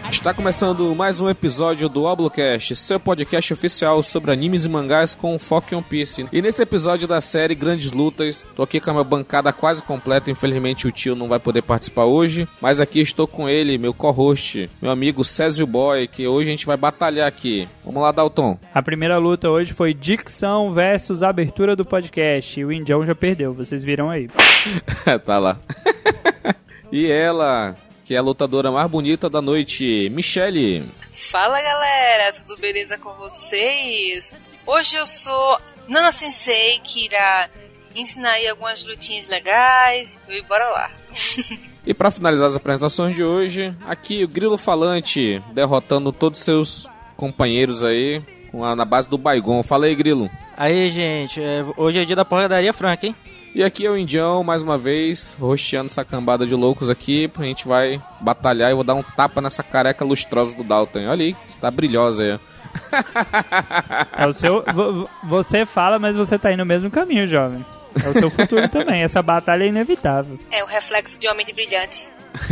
Está começando mais um episódio do Oblocast, seu podcast oficial sobre animes e mangás com foco em One Piece. E nesse episódio da série Grandes Lutas, tô aqui com a minha bancada quase completa, infelizmente o tio não vai poder participar hoje, mas aqui estou com ele, meu co-host, meu amigo Césio Boy, que hoje a gente vai batalhar aqui. Vamos lá, Dalton. A primeira luta hoje foi dicção versus abertura do podcast, e o Indião já perdeu, vocês viram aí. Tá lá. E ela, que é a lutadora mais bonita da noite, Michele. Fala galera, tudo beleza com vocês? Hoje eu sou Nana Sensei, que irá ensinar aí algumas lutinhas legais e bora lá. E para finalizar as apresentações de hoje, aqui o Grilo Falante derrotando todos os seus companheiros aí na base do Baigon. Fala aí, Grilo. Aí, gente, hoje é dia da porradaria franca, hein? E aqui é o Indião, mais uma vez, rosteando essa cambada de loucos aqui. A gente vai batalhar e vou dar um tapa nessa careca lustrosa do Dalton. Olha aí, tá brilhosa aí. É o seu, você fala, mas você tá indo no mesmo caminho, jovem. É o seu futuro também, essa batalha é inevitável. É o reflexo de uma mente brilhante.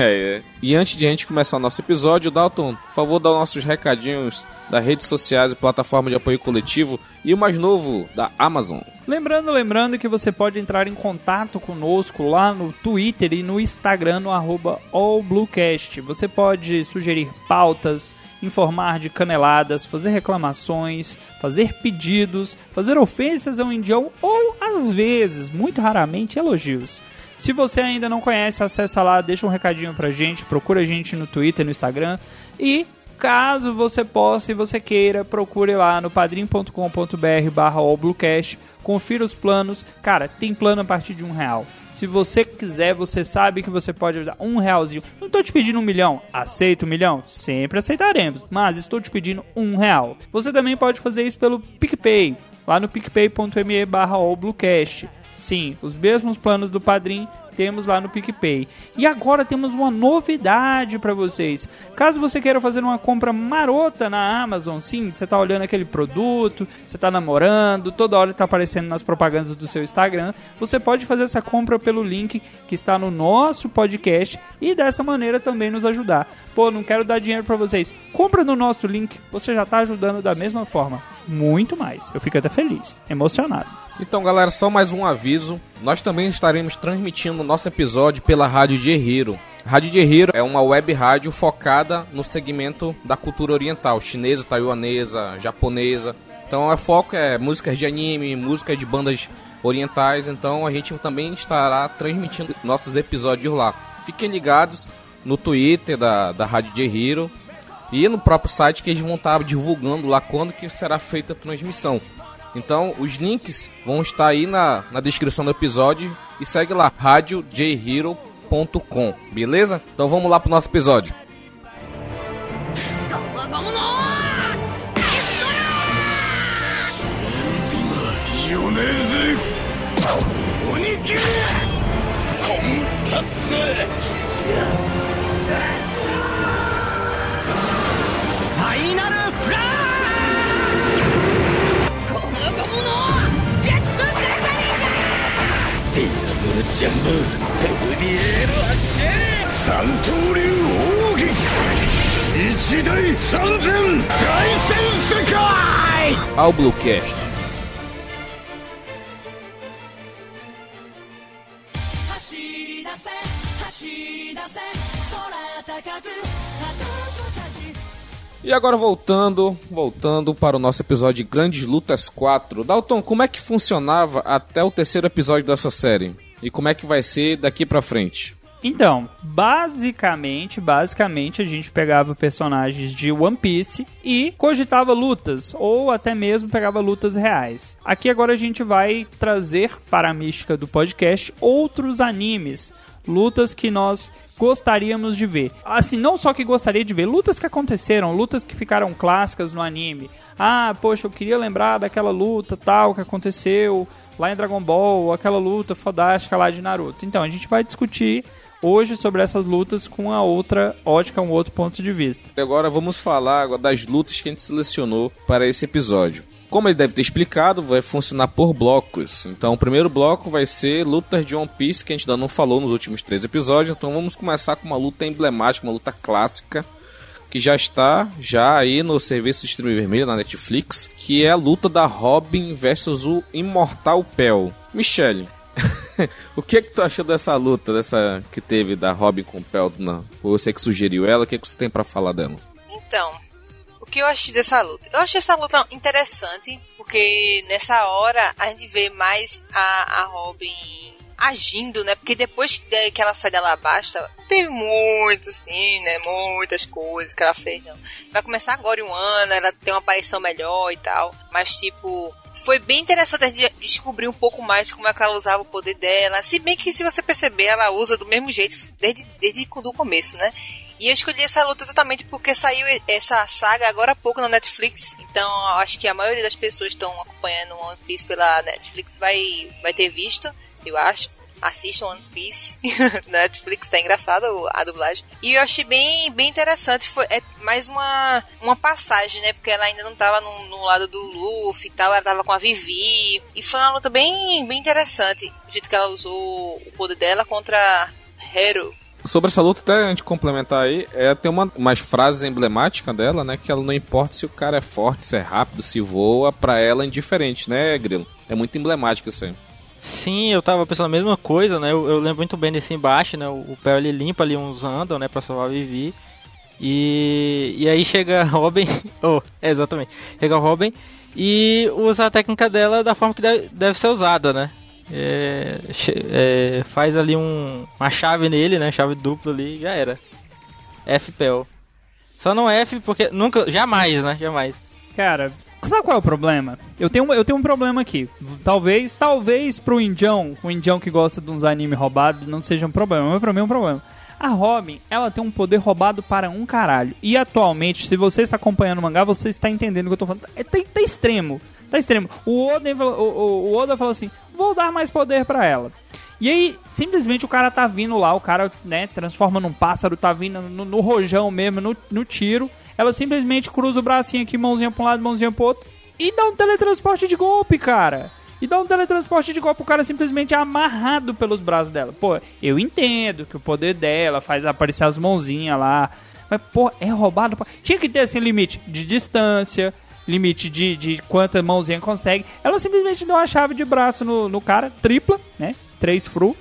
E antes de a gente começar o nosso episódio, Dalton, por favor, dá os nossos recadinhos das redes sociais e plataforma de apoio coletivo e o mais novo, da Amazon. Lembrando que você pode entrar em contato conosco lá no Twitter e no Instagram, no @allbluecast. Você pode sugerir pautas, informar de caneladas, fazer reclamações, fazer pedidos, fazer ofensas ao Indião ou, às vezes, muito raramente, elogios. Se você ainda não conhece, acessa lá, deixa um recadinho pra gente, procura a gente no Twitter, no Instagram. E caso você possa e você queira, procure lá no padrim.com.br/allbluecast, confira os planos. Cara, tem plano a partir de R$1. Se você quiser, você sabe que você pode ajudar R$1. Não tô te pedindo 1 milhão. Aceita 1 milhão? Sempre aceitaremos. Mas estou te pedindo R$1. Você também pode fazer isso pelo PicPay, lá no picpay.me/allbluecast. Sim, os mesmos planos do Padrim temos lá no PicPay. E agora temos uma novidade para vocês. Caso você queira fazer uma compra marota na Amazon, sim, você tá olhando aquele produto, você tá namorando, toda hora tá aparecendo nas propagandas do seu Instagram, você pode fazer essa compra pelo link que está no nosso podcast e dessa maneira também nos ajudar. Pô, não quero dar dinheiro para vocês. Compra no nosso link, você já tá ajudando da mesma forma. Muito mais. Eu fico até feliz, emocionado. Então, galera, só mais um aviso. Nós também estaremos transmitindo o nosso episódio pela Rádio J-Hero. Rádio J-Hero é uma web rádio focada no segmento da cultura oriental, chinesa, taiwanesa, japonesa. Então, o foco é músicas de anime, músicas de bandas orientais. Então, a gente também estará transmitindo nossos episódios lá. Fiquem ligados no Twitter da Rádio J-Hero e no próprio site, que eles vão estar divulgando lá quando que será feita a transmissão. Então, os links vão estar aí na descrição do episódio e segue lá, radiojhero.com, beleza? Então vamos lá pro nosso episódio. Ao Bluecast. E agora voltando para o nosso episódio de Grandes Lutas 4. Dalton, como é que funcionava até o terceiro episódio dessa série? E como é que vai ser daqui pra frente? Então, basicamente a gente pegava personagens de One Piece e cogitava lutas, ou até mesmo pegava lutas reais. Aqui agora a gente vai trazer para a mística do podcast outros animes, lutas que nós gostaríamos de ver. Assim, não só que gostaria de ver, lutas que aconteceram, lutas que ficaram clássicas no anime. Ah, poxa, eu queria lembrar daquela luta tal que aconteceu lá em Dragon Ball, aquela luta fodástica lá de Naruto. Então, a gente vai discutir hoje sobre essas lutas com a outra ótica, um outro ponto de vista. Agora vamos falar das lutas que a gente selecionou para esse episódio. Como ele deve ter explicado, vai funcionar por blocos. Então o primeiro bloco vai ser lutas de One Piece, que a gente ainda não falou nos últimos 3 episódios. Então vamos começar com uma luta emblemática, uma luta clássica, que já está aí no serviço de streaming vermelho, na Netflix, que é a luta da Robin versus o Imortal Pell. Michele, o que tu achou dessa luta, que teve da Robin com o Pell? Você que sugeriu ela, o que você tem pra falar dela? Então, o que eu achei dessa luta? Eu achei essa luta interessante, porque nessa hora a gente vê mais a Robin agindo, né? Porque depois que ela sai da Alabasta, teve muito, assim, né? Muitas coisas que ela fez, não. Vai começar agora em um ano, ela tem uma aparição melhor e tal. Mas, tipo, foi bem interessante a gente descobrir um pouco mais como é que ela usava o poder dela. Se bem que, se você perceber, ela usa do mesmo jeito desde o começo, né? E eu escolhi essa luta exatamente porque saiu essa saga agora há pouco na Netflix. Então, eu acho que a maioria das pessoas que estão acompanhando One Piece pela Netflix vai ter visto, eu acho. Assistam One Piece na Netflix, tá engraçado a dublagem. E eu achei bem interessante. É mais uma passagem, né? Porque ela ainda não tava no lado do Luffy e tal, ela tava com a Vivi. E foi uma luta bem interessante. O jeito que ela usou o poder dela contra Hero. Sobre essa luta, até a gente complementar aí, tem umas frases emblemáticas dela, né? Que ela não importa se o cara é forte, se é rápido, se voa, pra ela é indiferente, né, Grilo? É muito emblemático isso aí. Sim, eu tava pensando a mesma coisa, né? Eu lembro muito bem desse embate, né? O Pell, ele limpa ali uns Andal, né? Pra salvar a Vivi. E aí chega a Robin... exatamente. Chega a Robin e usa a técnica dela da forma que deve ser usada, né? Faz ali uma chave nele, né? Chave dupla ali, já era. F Pell. Só não F porque nunca... Jamais, né? Jamais. Cara... Sabe qual é o problema? Eu tenho um problema aqui. Talvez pro Indião, o Indião que gosta de uns animes roubados, não seja um problema, mas pra mim é um problema. A Robin, ela tem um poder roubado para um caralho. E atualmente, se você está acompanhando o mangá, você está entendendo o que eu tô falando. Tá extremo. Tá extremo. O Oda falou assim, vou dar mais poder pra ela. E aí, simplesmente o cara tá vindo lá, o cara, né, transforma num pássaro, tá vindo no rojão mesmo, no tiro. Ela simplesmente cruza o bracinho aqui, mãozinha pra um lado, mãozinha pro outro, e dá um teletransporte de golpe, cara. O cara simplesmente é amarrado pelos braços dela. Pô, eu entendo que o poder dela faz aparecer as mãozinhas lá, mas, pô, é roubado. Pô. Tinha que ter, assim, limite de distância, limite de quanta mãozinha consegue. Ela simplesmente deu uma chave de braço no cara, tripla, né? 3 fru,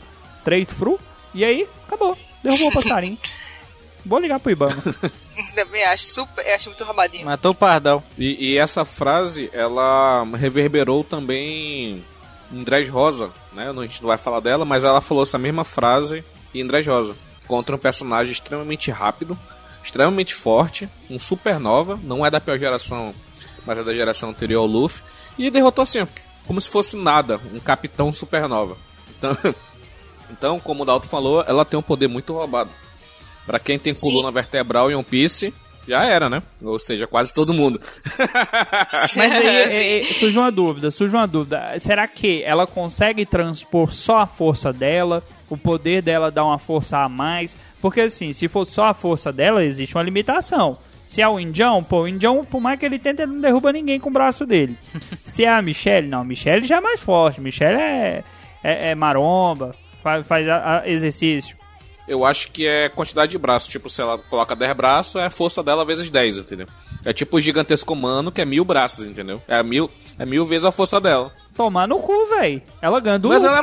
e aí, acabou. Derrubou o passarinho. Vou ligar pro Ibama. Também acho muito roubadinho. Matou o Pardal. E essa frase, ela reverberou também em Dressrosa, né? A gente não vai falar dela, mas ela falou essa mesma frase em Dressrosa. Contra um personagem extremamente rápido, extremamente forte, um supernova, não é da pior geração, mas é da geração anterior ao Luffy, e derrotou assim, como se fosse nada, um capitão supernova. Então, como o Dalton falou, ela tem um poder muito roubado. Pra quem tem coluna vertebral em One Piece, já era, né? Ou seja, quase todo mundo. Mas aí surge uma dúvida. Será que ela consegue transpor só a força dela? O poder dela dá uma força a mais? Porque assim, se for só a força dela, existe uma limitação. Se é o Indião, o Indião, por mais que ele tente, ele não derruba ninguém com o braço dele. Se é a Michelle, não, a Michelle já é mais forte. Michelle é maromba, faz exercício. Eu acho que é quantidade de braços. Tipo, se ela coloca 10 braços, é a força dela vezes 10, entendeu? É tipo o gigantesco humano, que é 1000 braços, entendeu? É mil vezes a força dela. Tomar no cu, véi. Ela ganha do Mas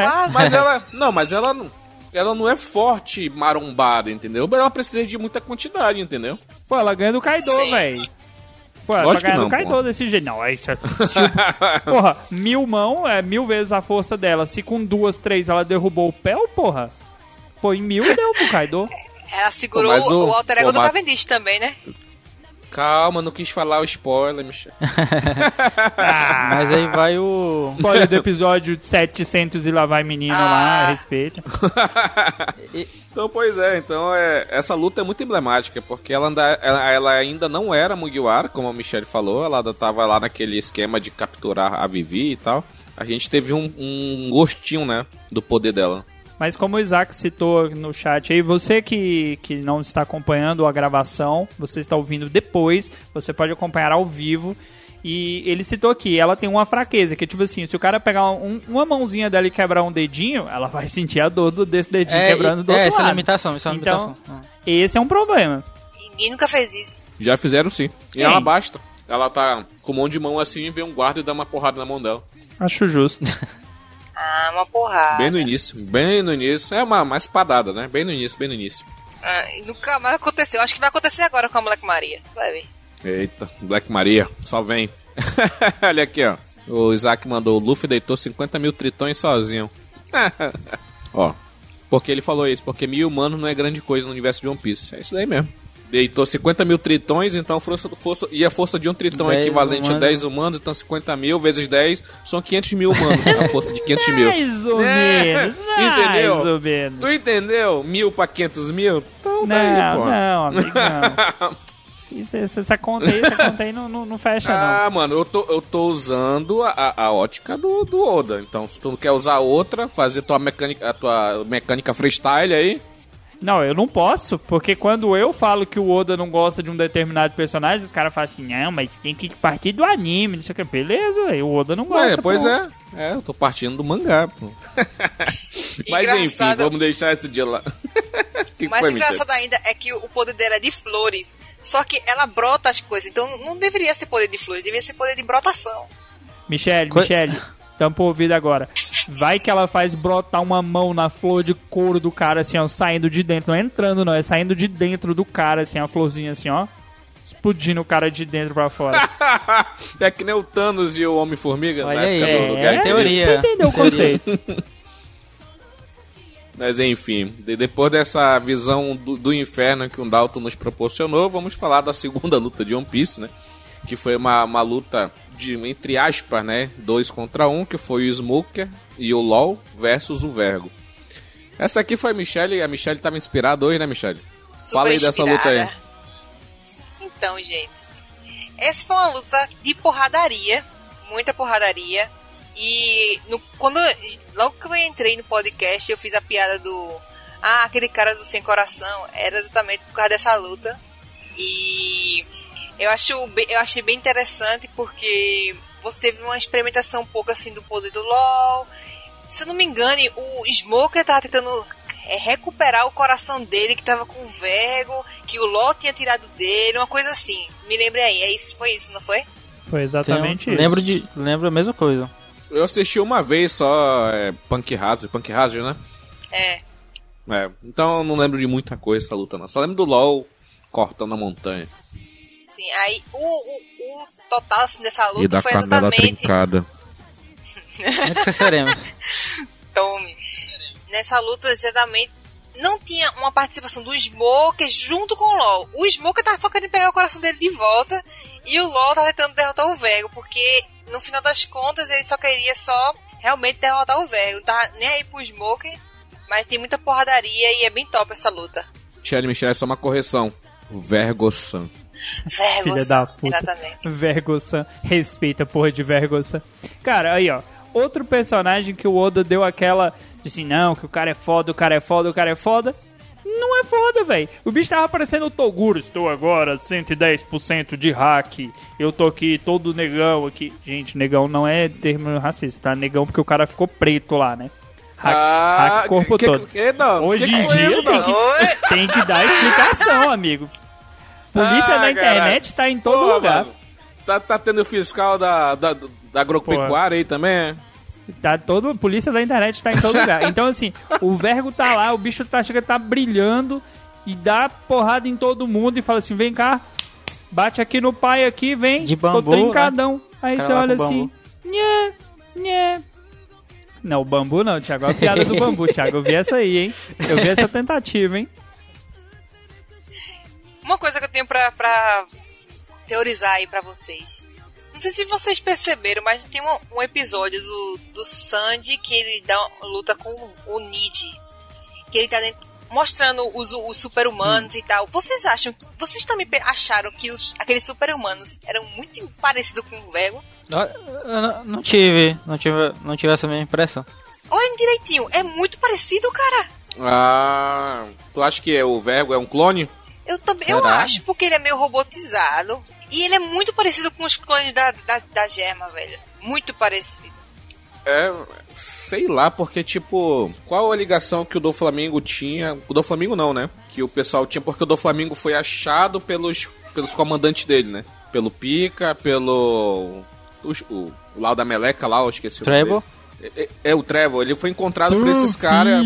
ela não é forte marombada, entendeu? Ela precisa de muita quantidade, entendeu? Pô, ela ganha do Kaido, véi. Pô, ela tá ganhando do Kaido desse jeito. Não, é isso. Porra, 1000 mãos é 1000 vezes a força dela. Se com 2, 3 ela derrubou o Pell, porra. Pô, em 1000 deu pro Kaido. Ela segurou o alter ego do Cavendish também, né? Calma, não quis falar o spoiler, Michel. Mas aí vai o... Spoiler do episódio 700 e lá vai menina lá, respeita. Então, pois é, essa luta é muito emblemática, porque ela ainda não era Mugiwara, como a Michelle falou, ela tava lá naquele esquema de capturar a Vivi e tal. A gente teve um gostinho, né, do poder dela. Mas como o Isaac citou no chat aí, você que não está acompanhando a gravação, você está ouvindo depois, você pode acompanhar ao vivo. E ele citou aqui, ela tem uma fraqueza, que é tipo assim, se o cara pegar uma mãozinha dela e quebrar um dedinho, ela vai sentir a dor desse dedinho quebrando do outro lado. Essa é a limitação, Então, esse é um problema. E ninguém nunca fez isso. Já fizeram sim. E Quem? ela basta. Ela tá com um monte de mão assim, vem um guarda e dá uma porrada na mão dela. Acho justo. Ah, uma porrada. Bem no início. É uma espadada, né? Bem no início. Ah, e nunca mais aconteceu. Acho que vai acontecer agora com a Moleque Maria. Vai ver. Eita, Black Maria, só vem. Olha aqui, ó. O Isaac mandou, o Luffy deitou 50 mil tritões sozinho. Ó, porque ele falou isso, porque 1000 humanos não é grande coisa no universo de One Piece. É isso daí mesmo. Deitou 50 mil tritões, então a força de um tritão é equivalente a 10 humanos, então 50 mil vezes 10 são 500 mil humanos. A força de 500 mil. Mais ou menos. Entendeu? Mais ou menos. Tu entendeu? 1000 pra 500 mil? Então daí, pô. Não, amigo, não. Essa conta aí não fecha, não. Ah, mano, eu tô usando a ótica do Oda. Então, se tu quer usar outra, fazer a tua mecânica freestyle aí. Não, eu não posso, porque quando eu falo que o Oda não gosta de um determinado personagem, os caras falam assim, não, mas tem que partir do anime, não sei o que. Beleza, o Oda não gosta. Pois é. É, eu tô partindo do mangá, pô. Mas enfim, vamos deixar esse dia lá. O mais engraçado ainda é que o poder dela é de flores. Só que ela brota as coisas. Então não deveria ser poder de flores, deveria ser poder de brotação. Michele, tampa o ouvido agora. Vai que ela faz brotar uma mão na flor de couro do cara, assim, ó, saindo de dentro. Não é entrando, não, é saindo de dentro do cara, assim, a florzinha, assim, ó. Explodindo o cara de dentro pra fora. É que nem o Thanos e o Homem-Formiga na época do Guerra teoria. Você entendeu o conceito. Mas enfim, depois dessa visão do inferno que o Dalton nos proporcionou, vamos falar da segunda luta de One Piece, né? Que foi uma luta de, entre aspas, né? 2 contra 1, que foi o Smoker e o LOL versus o Vergo. Essa aqui foi a Michelle tava inspirada hoje, né, Michelle? Super Fala aí inspirada. dessa luta aí. Então, gente, essa foi uma luta de porradaria, muita porradaria. E logo que eu entrei no podcast, eu fiz a piada do... Ah, aquele cara do Sem Coração. Era exatamente por causa dessa luta. E eu achei bem interessante porque você teve uma experimentação um pouco assim do poder do LoL. Se eu não me engano, o Smoker tava tentando recuperar o coração dele que tava com o Vergo, que o LoL tinha tirado dele, uma coisa assim. Me lembrei aí, foi isso, não foi? Foi exatamente isso. Lembro a mesma coisa. Eu assisti uma vez só Punk Hazard, né? É. Então eu não lembro de muita coisa essa luta, não. Só lembro do LoL cortando a montanha. Sim, aí o total assim, dessa luta e da foi canela exatamente... trincada. Onde que seremos? Tome. Nessa luta, exatamente, não tinha uma participação do Smoker junto com o LoL. O Smoker tava só querendo pegar o coração dele de volta e o LoL tava tentando derrotar o Vergo, porque no final das contas ele só queria realmente derrotar o Vergo. Não tava nem aí pro Smoker, mas tem muita porradaria e é bem top essa luta. Michelle, só uma correção. O Vergo-san. Filha da puta. Exatamente. Vergo-san. Respeita, porra de Vergo-san. Cara, aí ó. Outro personagem que o Oda deu aquela... Disse, não, que o cara é foda. Não é foda, velho. O bicho tava parecendo o Toguro. Estou agora 110% de hack. Eu tô aqui todo negão aqui. Gente, negão não é termo racista, tá? Negão porque o cara ficou preto lá, né? Hack corpo todo. Hoje em dia tem que dar explicação, amigo. Polícia da internet tá em todo lugar. Mano, tá tendo fiscal da agropecuária aí também, Polícia da internet tá em todo lugar. Então, assim, o Vergo tá lá, o bicho tá brilhando e dá porrada em todo mundo e fala assim, vem cá, bate aqui no pai aqui, vem, de bambu, tô trincadão. Né? Aí você olha assim, nhé. Não, o bambu não, Thiago, é a piada do bambu, Thiago, eu vi essa aí, hein? Eu vi essa tentativa, hein? Uma coisa que eu tenho pra teorizar aí pra vocês. Não sei se vocês perceberam, mas tem um episódio do Sandy que ele luta com o Nid. Que ele tá mostrando os super-humanos e tal. Vocês também acharam que aqueles super-humanos eram muito parecidos com o Vergo? Eu não tive essa mesma impressão. Olhem direitinho, é muito parecido, cara. Ah, tu acha que o Vergo é um clone? Eu acho, porque ele é meio robotizado. E ele é muito parecido com os clones da Germa, velho. Muito parecido. Sei lá, porque tipo, qual a ligação que o Doflamingo tinha? O Doflamingo não, né? que o pessoal tinha, porque o Doflamingo foi achado pelos comandantes dele, né? Pelo Pika, pelo... O lá da Meleca lá, eu esqueci o nome Trevor? dele. O Trevor, ele foi encontrado por esses caras...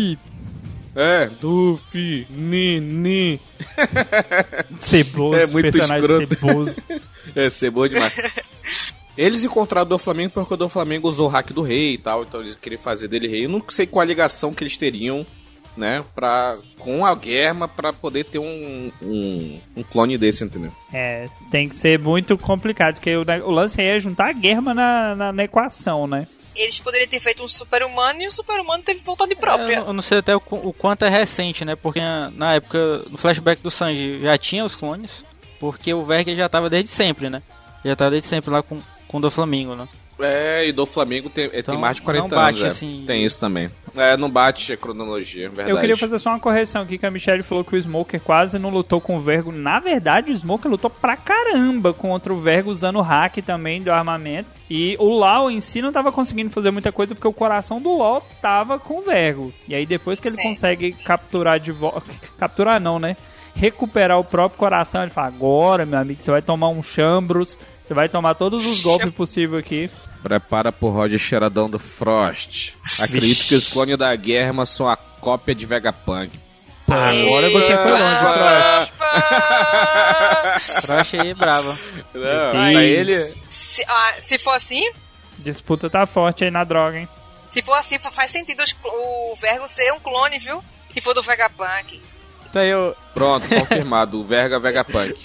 Duffy, Nini. Ceboso, É muito personagem escroto. ceboso. Ceboso demais. Eles encontraram o Doflamingo porque o Doflamingo usou o hack do rei e tal, então eles queriam fazer dele rei. Eu não sei qual a ligação que eles teriam, né, com a Germa pra poder ter um clone desse, entendeu? Tem que ser muito complicado, porque o lance aí é juntar a Germa na equação, né? Eles poderiam ter feito um super-humano e o super-humano teve vontade própria. Eu não sei até o quanto é recente, né? Porque na época, no flashback do Sanji, já tinha os clones. Porque o Verg já tava desde sempre, né? Já tava desde sempre lá com o Doflamingo, né? E Doflamingo tem mais de 40 não bate, anos. assim... Tem isso também. Não bate a cronologia, verdade. Eu queria fazer só uma correção aqui, que a Michelle falou que o Smoker quase não lutou com o Vergo. Na verdade, o Smoker lutou pra caramba contra o Vergo, usando o hack também do armamento. E o Law em si não tava conseguindo fazer muita coisa, porque o coração do Law tava com o Vergo. E aí depois que ele consegue capturar de volta... Capturar não, né? Recuperar o próprio coração, ele fala, agora, meu amigo, você vai tomar um chambros, você vai tomar todos os golpes possíveis aqui. Prepara pro Roger Cheiradão do Frost. Acredito que os clones da Germa são a cópia de Vegapunk. Agora você foi longe, Frost. Frost aí, brava. Não, pra ele... Se for assim... Disputa tá forte aí na droga, hein? Se for assim, faz sentido o Vergo ser um clone, viu? Se for do Vegapunk. Pronto, confirmado. O Vegapunk.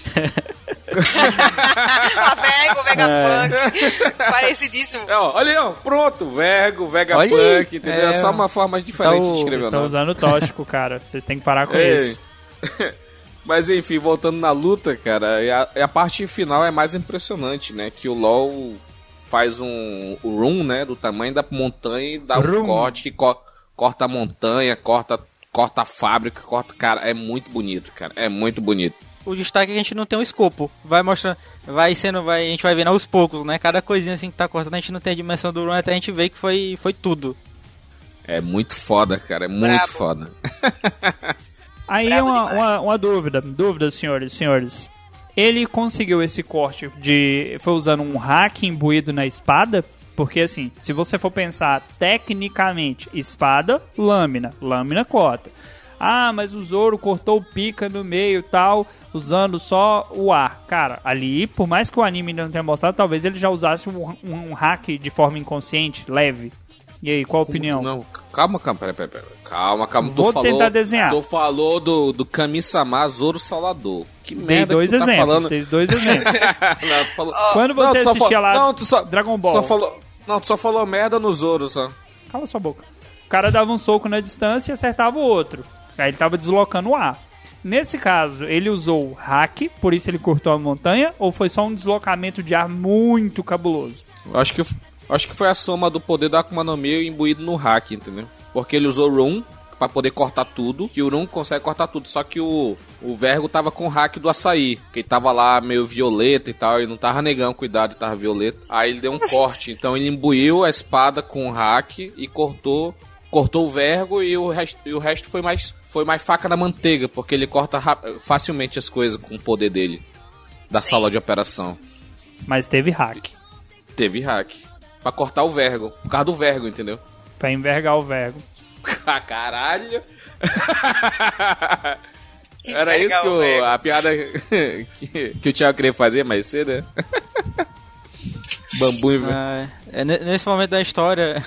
O Vegapunk. Parecidíssimo. Olha aí, pronto. Vegapunk, entendeu? É só uma forma diferente de escrever o nome. Vocês estão usando tóxico, cara. Vocês têm que parar com isso. Mas enfim, voltando na luta, cara, a parte final é mais impressionante, né? Que o LoL faz o run, né? Do tamanho da montanha e dá um corte que corta a montanha, corta a fábrica, cara, é muito bonito, cara, é muito bonito. O destaque é que a gente não tem um escopo, vai mostrando, a gente vai vendo aos poucos, né, cada coisinha assim que tá cortando, a gente não tem a dimensão do run, até a gente vê que foi tudo. É muito foda, cara, é muito foda. Aí uma dúvida, senhores. Ele conseguiu esse corte foi usando um hack imbuído na espada? Porque assim, se você for pensar tecnicamente, espada, lâmina corta. Ah, mas o Zoro cortou o Pika no meio e tal, usando só o ar. Cara, ali, por mais que o anime ainda não tenha mostrado, talvez ele já usasse um hack de forma inconsciente, leve. E aí, qual a opinião? Não, calma, pera. Calma. Vou tentar desenhar. Tu falou do Kami-sama Zoro Salador. Que merda dois que tu tá falando. Tem dois exemplos. Não, tu falou... Quando você assistia lá Dragon Ball... tu só falou merda no Zoro, só. Cala sua boca. O cara dava um soco na distância e acertava o outro. Aí ele tava deslocando o ar. Nesse caso, ele usou hack, por isso ele cortou a montanha, ou foi só um deslocamento de ar muito cabuloso? Acho que foi a soma do poder da Akuma no Mi imbuído no hack, entendeu? Porque ele usou Run pra poder cortar tudo, que o Run consegue cortar tudo, só que o Vergo tava com o hack do açaí, que ele tava lá meio violeta e tal, ele não tava negando, cuidado, ele tava violeta. Aí ele deu um corte, então ele imbuiu a espada com o hack e cortou o Vergo e o resto foi mais faca na manteiga, porque ele corta facilmente as coisas com o poder dele, da sala de operação. Mas teve hack. Teve hack. Pra cortar o Vergo, por causa do Vergo, entendeu? Pra envergar o Vergo. Caralho! Era isso que a piada que o Thiago queria fazer mais cedo, né? Bambu e... Nesse momento da história...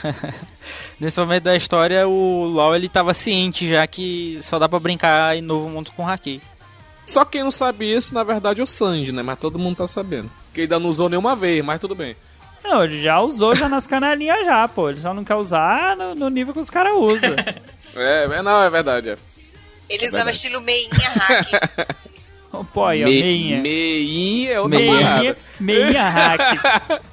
o LoL ele tava ciente já que só dá pra brincar em Novo Mundo com Haki. Só quem não sabe isso, na verdade, é o Sanji, né? Mas todo mundo tá sabendo. Que ele ainda não usou nenhuma vez, mas tudo bem. Não, ele já usou já nas canelinhas já, pô. Ele só não quer usar no nível que os caras usam. Não, é verdade. Ele usava estilo meinha hack. Pô, aí, ó, meinha. Meinha é outra parada. Meinha hack.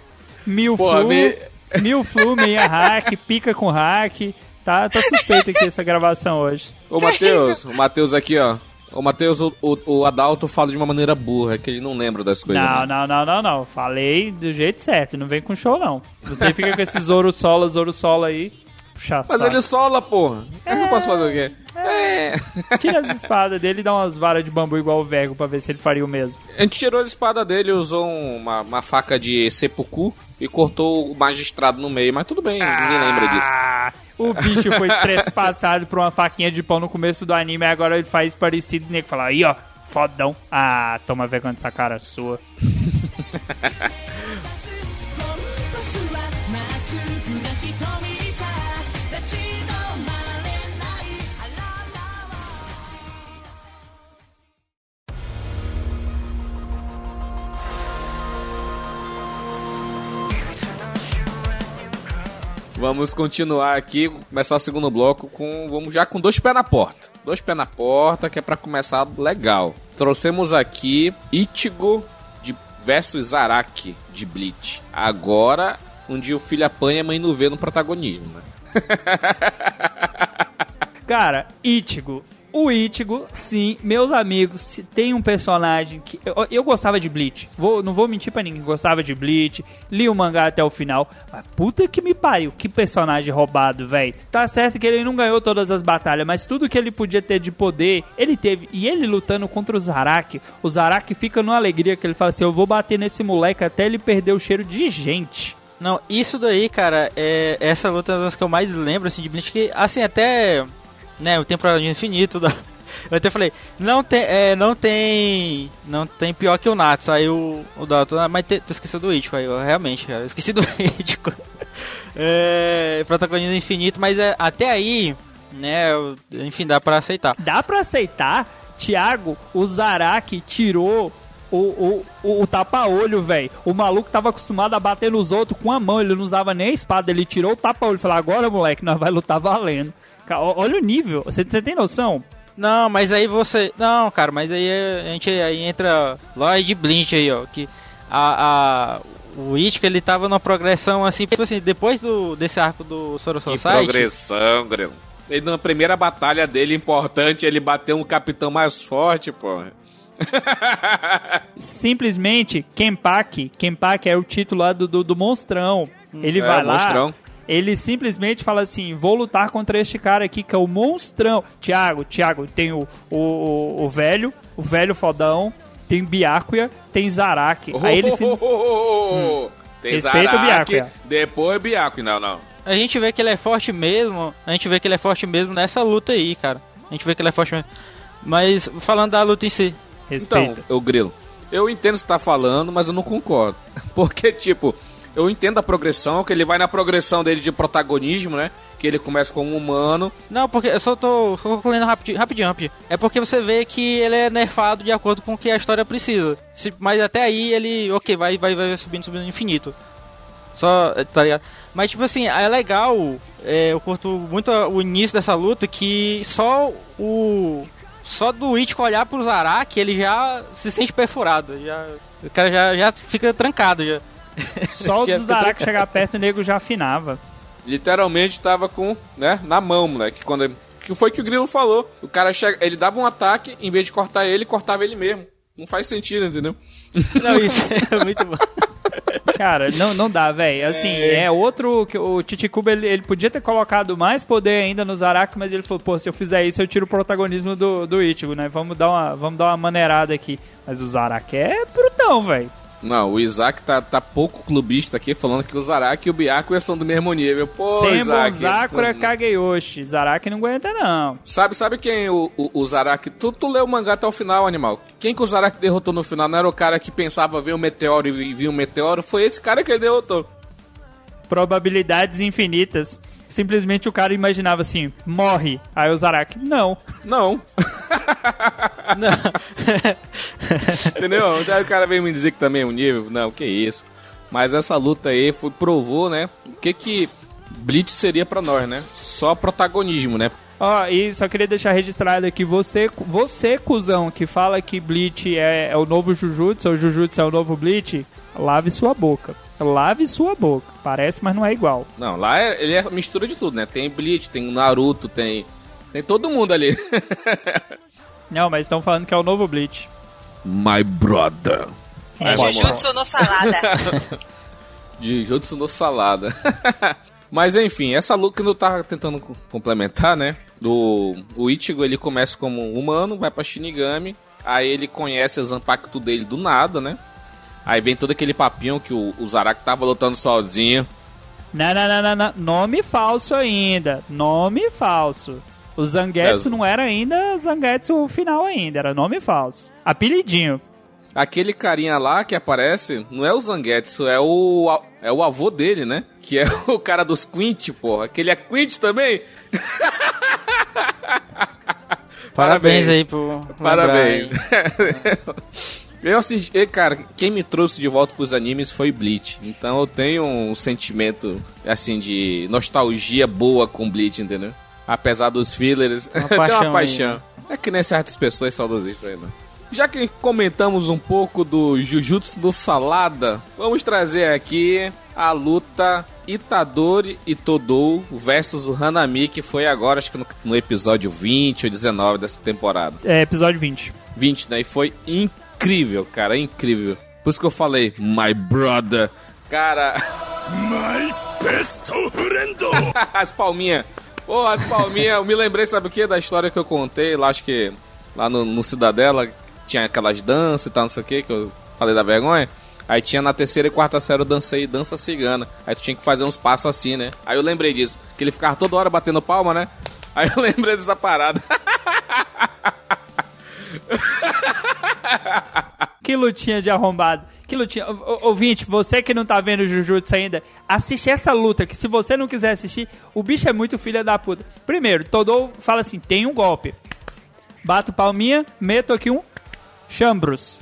Milflu, meinha hack, pica com hack. Tá suspeito aqui essa gravação hoje. Ô, o Matheus aqui, ó. Ô, Matheus, o Adalto fala de uma maneira burra, que ele não lembra das coisas. Não. Falei do jeito certo, não vem com show, não. Você fica com esse Zoro Sola aí. Puxa Mas ele sola, porra. O que eu posso fazer o quê? Tira as espadas dele e dá umas varas de bambu igual o Vergo pra ver se ele faria o mesmo. A gente tirou a espada dele, usou uma faca de seppuku e cortou o magistrado no meio, mas tudo bem, ninguém lembra disso. O bicho foi trespassado por uma faquinha de pão no começo do anime e agora ele faz parecido e o nego fala, aí ó, fodão. Ah, toma vergonha dessa cara sua. Vamos continuar aqui, começar o segundo bloco vamos já com 2 pés na porta. 2 pés na porta, que é pra começar legal. Trouxemos aqui Ichigo versus Zaraki de Bleach. Agora, um dia o filho apanha, a mãe não vê no protagonismo, né? Cara, Ichigo. O Ichigo, sim, meus amigos, tem um personagem que... Eu gostava de Bleach. Não vou mentir pra ninguém. Gostava de Bleach. Li o mangá até o final. Mas puta que me pariu. Que personagem roubado, velho. Tá certo que ele não ganhou todas as batalhas, mas tudo que ele podia ter de poder, ele teve. E ele lutando contra o Zaraki fica numa alegria que ele fala assim, eu vou bater nesse moleque até ele perder o cheiro de gente. Não, isso daí, cara, essa luta é uma das que eu mais lembro, assim, de Bleach, que, assim, até... né, o tempo de infinito eu até falei, não tem pior que o Natsu. Aí o Dalton, mas tu esqueceu do Ichigo. Aí eu realmente, cara, eu esqueci do Ichigo. Protagonismo infinito, mas até aí, né, enfim, dá pra aceitar. Dá pra aceitar? Thiago, o Zaraki tirou o tapa-olho, velho. O maluco tava acostumado a bater nos outros com a mão, ele não usava nem a espada, ele tirou o tapa-olho e falou, agora, moleque, nós vai lutar valendo. Olha o nível, você tem noção? Não, mas aí você... Não, cara, mas aí a gente aí entra Lloyd Bleach aí, ó. Que o Ichigo, ele tava numa progressão assim, tipo assim, depois desse arco do Soro Society... Que progressão, Grilo. Ele, na primeira batalha dele, importante, ele bateu um capitão mais forte, pô. Simplesmente, Kenpachi é o título lá do monstrão. Ele vai lá... Monstrão. Ele simplesmente fala assim, vou lutar contra este cara aqui, que é o monstrão. Thiago, tem o velho fodão, tem Byakuya, tem Zaraki. Aí ele tem respeita Zaraki, o Byakuya. Depois Byakuya, não. A gente vê que ele é forte mesmo, nessa luta aí, cara. A gente vê que ele é forte mesmo. Mas, falando da luta em si. Respeita. Então, o Grilo, eu entendo o que você tá falando, mas eu não concordo. Porque, tipo... Eu entendo a progressão, que ele vai na progressão dele de protagonismo, né? Que ele começa como humano. Não, porque eu só tô concluindo rapidinho. É porque você vê que ele é nerfado de acordo com o que a história precisa. Mas até aí ele, vai subindo infinito. Só, tá ligado? Mas tipo assim, é legal, eu curto muito o início dessa luta, que só do Ichigo olhar pro Zaraki, ele já se sente perfurado. O cara já fica trancado, já. Só o do Zaraki chegar perto, o nego já afinava. Literalmente tava com, né, na mão, moleque. Que foi que o Grilo falou. O cara ele dava um ataque, em vez de cortar ele, cortava ele mesmo. Não faz sentido, entendeu? Não, isso é muito bom. Cara, não dá, velho. Assim, outro que o Chichikuba, ele podia ter colocado mais poder ainda no Zaraki, mas ele falou, pô, se eu fizer isso, eu tiro o protagonismo do Ichigo, né? Vamos dar uma maneirada aqui. Mas o Zaraki é brutão, velho. Não, o Isaac tá pouco clubista aqui, falando que o Zaraki e o Byakuya são do mesmo nível. Pô, Senbon Sakura Kageyoshi. Zaraki não aguenta, não. Sabe quem o Zaraki... Tu leu o mangá até o final, animal. Quem que o Zaraki derrotou no final? Não era o cara que pensava ver o meteoro e viu o meteoro? Foi esse cara que ele derrotou. Probabilidades infinitas. Simplesmente o cara imaginava assim, morre. Aí o Zaraki, não. Entendeu? Aí o cara veio me dizer que também é um nível. Não, que isso. Mas essa luta aí provou, né? O que Bleach seria pra nós, né? Só protagonismo, né? E só queria deixar registrado aqui, você, cuzão, que fala que Bleach é o novo Jujutsu, ou Jujutsu é o novo Bleach, lave sua boca. Parece, mas não é igual. Não, lá ele é mistura de tudo, né? Tem Bleach, tem Naruto, tem todo mundo ali. Não, mas estão falando que é o novo Bleach. My brother. É Jujutsu no salada. Jujutsu no salada. Mas enfim, essa luta que eu tava tentando complementar, né? O Ichigo, ele começa como um humano, vai pra Shinigami, aí ele conhece a Zanpakuto dele do nada, né? Aí vem todo aquele papinho que o Zaraki tava lutando sozinho. Não. Nome falso ainda. Nome falso. O Zangetsu não era ainda Zangetsu final ainda, era nome falso. Apelidinho. Aquele carinha lá que aparece não é o Zangetsu, é o avô dele, né? Que é o cara dos Quint, porra. Aquele é Quint também? Parabéns aí pro... Parabéns. Eu assisti, cara, quem me trouxe de volta pros animes foi Bleach. Então eu tenho um sentimento, assim, de nostalgia boa com Bleach, entendeu? Apesar dos fillers, tem uma paixão. Aí, né? É que nem certas pessoas saudosistas aí, né? Já que comentamos um pouco do Jujutsu do Salada, vamos trazer aqui a luta Itadori e Todou versus o Hanami, que foi agora, acho que no episódio 20 ou 19 dessa temporada. É, episódio 20. 20, né? E foi incrível, cara, incrível. Por isso que eu falei, my brother. Cara... My best friend! As palminhas. Pô, as palminhas, eu me lembrei, sabe o que? Da história que eu contei, lá, acho que lá no Cidadela, tinha aquelas danças e tal, não sei o que eu falei da vergonha. Aí tinha na terceira e quarta série eu dancei dança cigana. Aí tu tinha que fazer uns passos assim, né? Aí eu lembrei disso, que ele ficava toda hora batendo palma, né? Aí eu lembrei dessa parada. Que lutinha de arrombado. Que lutinha. Ouvinte, você que não tá vendo o Jujutsu ainda, assiste essa luta, que se você não quiser assistir, o bicho é muito filha da puta. Primeiro, Todou fala assim, tem um golpe. Bato palminha, meto aqui um Chambros.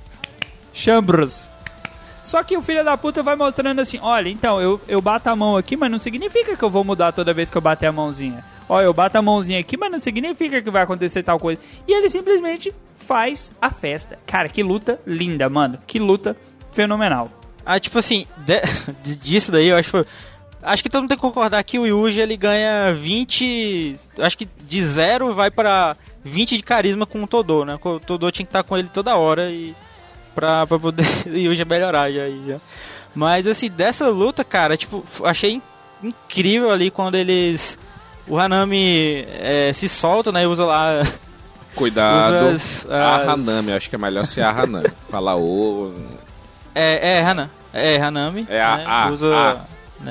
Só que o filho da puta vai mostrando assim, olha, então, eu bato a mão aqui, mas não significa que eu vou mudar toda vez que eu bater a mãozinha. Olha, eu bato a mãozinha aqui, mas não significa que vai acontecer tal coisa. E ele simplesmente faz a festa. Cara, que luta linda, mano. Que luta fenomenal. Ah, tipo assim, disso daí eu acho que todo mundo tem que concordar que o Yuji, ele ganha 20... Acho que de 0 vai pra 20 de carisma com o Todou, né? O Todou tinha que estar com ele toda hora e... Pra poder o Yuji melhorar já. Mas assim, dessa luta, cara, tipo, achei incrível ali quando eles... O Hanami se solta, né? E usa lá... Cuidado. A Hanami, acho que é melhor ser a Hanami. Falar o... Hanami. É a... Né? Usa... Né?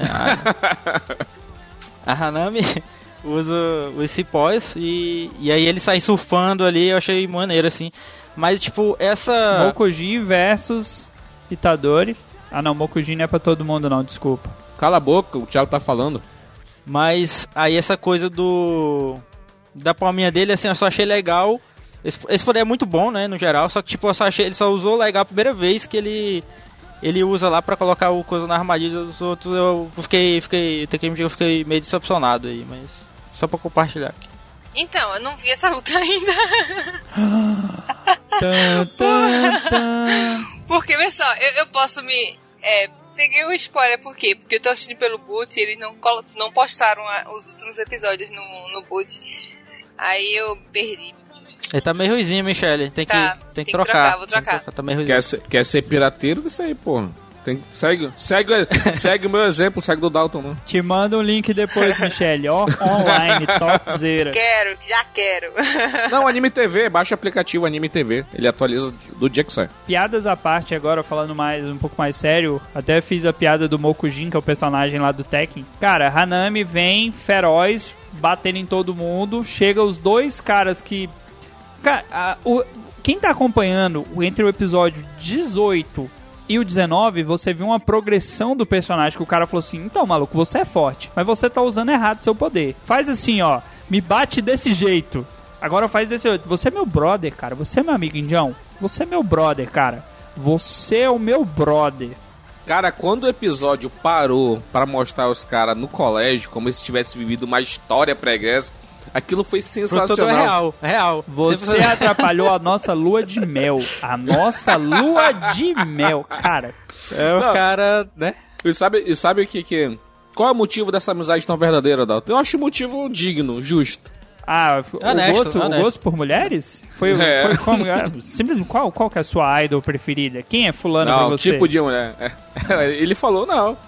A Hanami usa os cipós e aí ele sai surfando ali, eu achei maneiro, assim. Mas, tipo, essa... Mokujin versus Itadori. Ah, não, Mokujin não é pra todo mundo, não, desculpa. Cala a boca, o Thiago tá falando. Mas, aí essa coisa da palminha dele, assim, eu só achei legal. Esse poder é muito bom, né, no geral. Só que, tipo, eu só achei... Ele só usou legal a primeira vez que ele usa lá pra colocar o coisa na armadilha dos outros. Eu fiquei meio decepcionado aí, mas... Só pra compartilhar aqui. Então, eu não vi essa luta ainda. Porque, vê só, eu posso me... peguei o spoiler, por quê? Porque eu tô assistindo pelo Boot e eles não postaram os últimos episódios no Boot. Aí eu perdi. Ele tá meio ruizinho, Michele. Tem que trocar. Vou trocar. Tá meio ruizinho. Quer ser pirateiro disso aí, porra. Segue o meu exemplo, segue do Dalton, não. Te manda um link depois, Michele. Ó, online, topzera. Já quero. Não, Anime TV, baixa o aplicativo Anime TV. Ele atualiza do dia que sai. Piadas à parte agora, falando um pouco mais sério. Até fiz a piada do Mokujin, que é o personagem lá do Tekken. Cara, Hanami vem feroz, batendo em todo mundo. Chega os dois caras que... Cara, quem tá acompanhando entre o episódio 18... e o 19, você viu uma progressão do personagem, que o cara falou assim, então, maluco, você é forte, mas você tá usando errado seu poder. Faz assim, ó, me bate desse jeito. Agora faz desse jeito. Você é meu brother, cara. Você é meu amigo indião. Você é meu brother, cara. Você é o meu brother. Cara, quando o episódio parou pra mostrar os caras no colégio, como se tivesse vivido uma história pregressa, aquilo foi sensacional. É real. Você atrapalhou a nossa lua de mel. A nossa lua de mel, cara. O cara, né? E sabe o que... Qual é o motivo dessa amizade tão verdadeira, Dalton? Eu acho um motivo digno, justo. Ah, honesto. O gosto por mulheres? Foi como? Simplesmente, qual que é a sua idol preferida? Quem é fulana pra você? Tipo de mulher. Ele falou, não.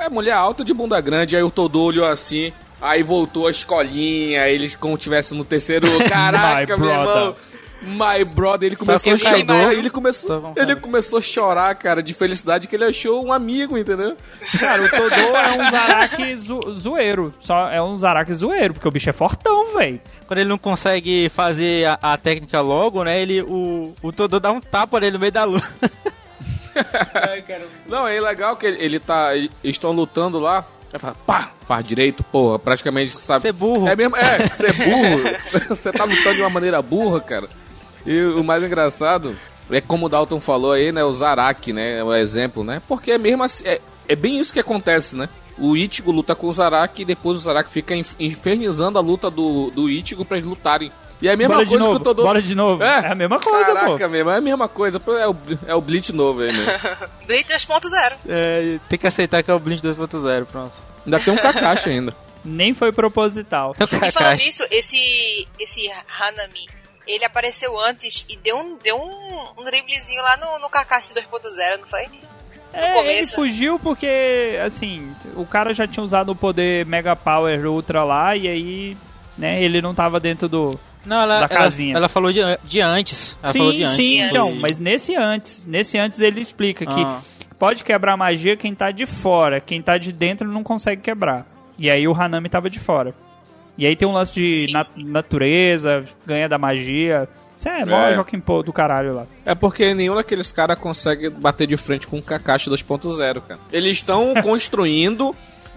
É mulher alta de bunda grande, aí o Todô olhou assim, aí voltou a escolinha, eles como tivesse no terceiro, caraca, meu irmão. My brother, ele começou a chorar, ele começou a chorar, cara, de felicidade que ele achou um amigo, entendeu? Cara, o Todô é um Zaraki zoeiro, só é um Zaraki zoeiro, porque o bicho é fortão, velho. Quando ele não consegue fazer a técnica logo, né, o Todô dá um tapa nele no meio da luta. Ai, cara. Não, é legal que eles estão lutando lá. Aí fala, pá, faz direito, porra, praticamente, sabe? Ser burro. É mesmo, ser burro. Você tá lutando de uma maneira burra, cara. E o mais engraçado é como o Dalton falou aí, né, o Zaraki, né, o exemplo, né? Porque é mesmo assim, é bem isso que acontece, né? O Ichigo luta com o Zaraki e depois o Zaraki fica infernizando a luta do Ichigo pra eles lutarem. E é a mesma coisa que o Todô... Bora de novo. É a mesma coisa, caraca, pô. Caraca, mesmo, é a mesma coisa. É o Bleach novo aí, mesmo. Bleach 2.0. Tem que aceitar que é o Bleach 2.0, pronto. Ainda tem um Kakashi ainda. Nem foi proposital. E falando nisso, esse Hanami, ele apareceu antes e deu um driblezinho lá no Kakashi 2.0, não foi? Ele fugiu porque, assim, o cara já tinha usado o poder Mega Power Ultra lá e aí, né, ele não tava dentro da casinha. Ela falou de antes. Ela falou de antes. Sim, então, mas nesse antes ele explica que pode quebrar magia quem tá de fora, quem tá de dentro não consegue quebrar. E aí o Hanami tava de fora. E aí tem um lance de natureza, ganha da magia. Isso é mó Joaquim Pô do caralho lá. É porque nenhum daqueles caras consegue bater de frente com o Kakashi 2.0, cara. Eles estão construindo...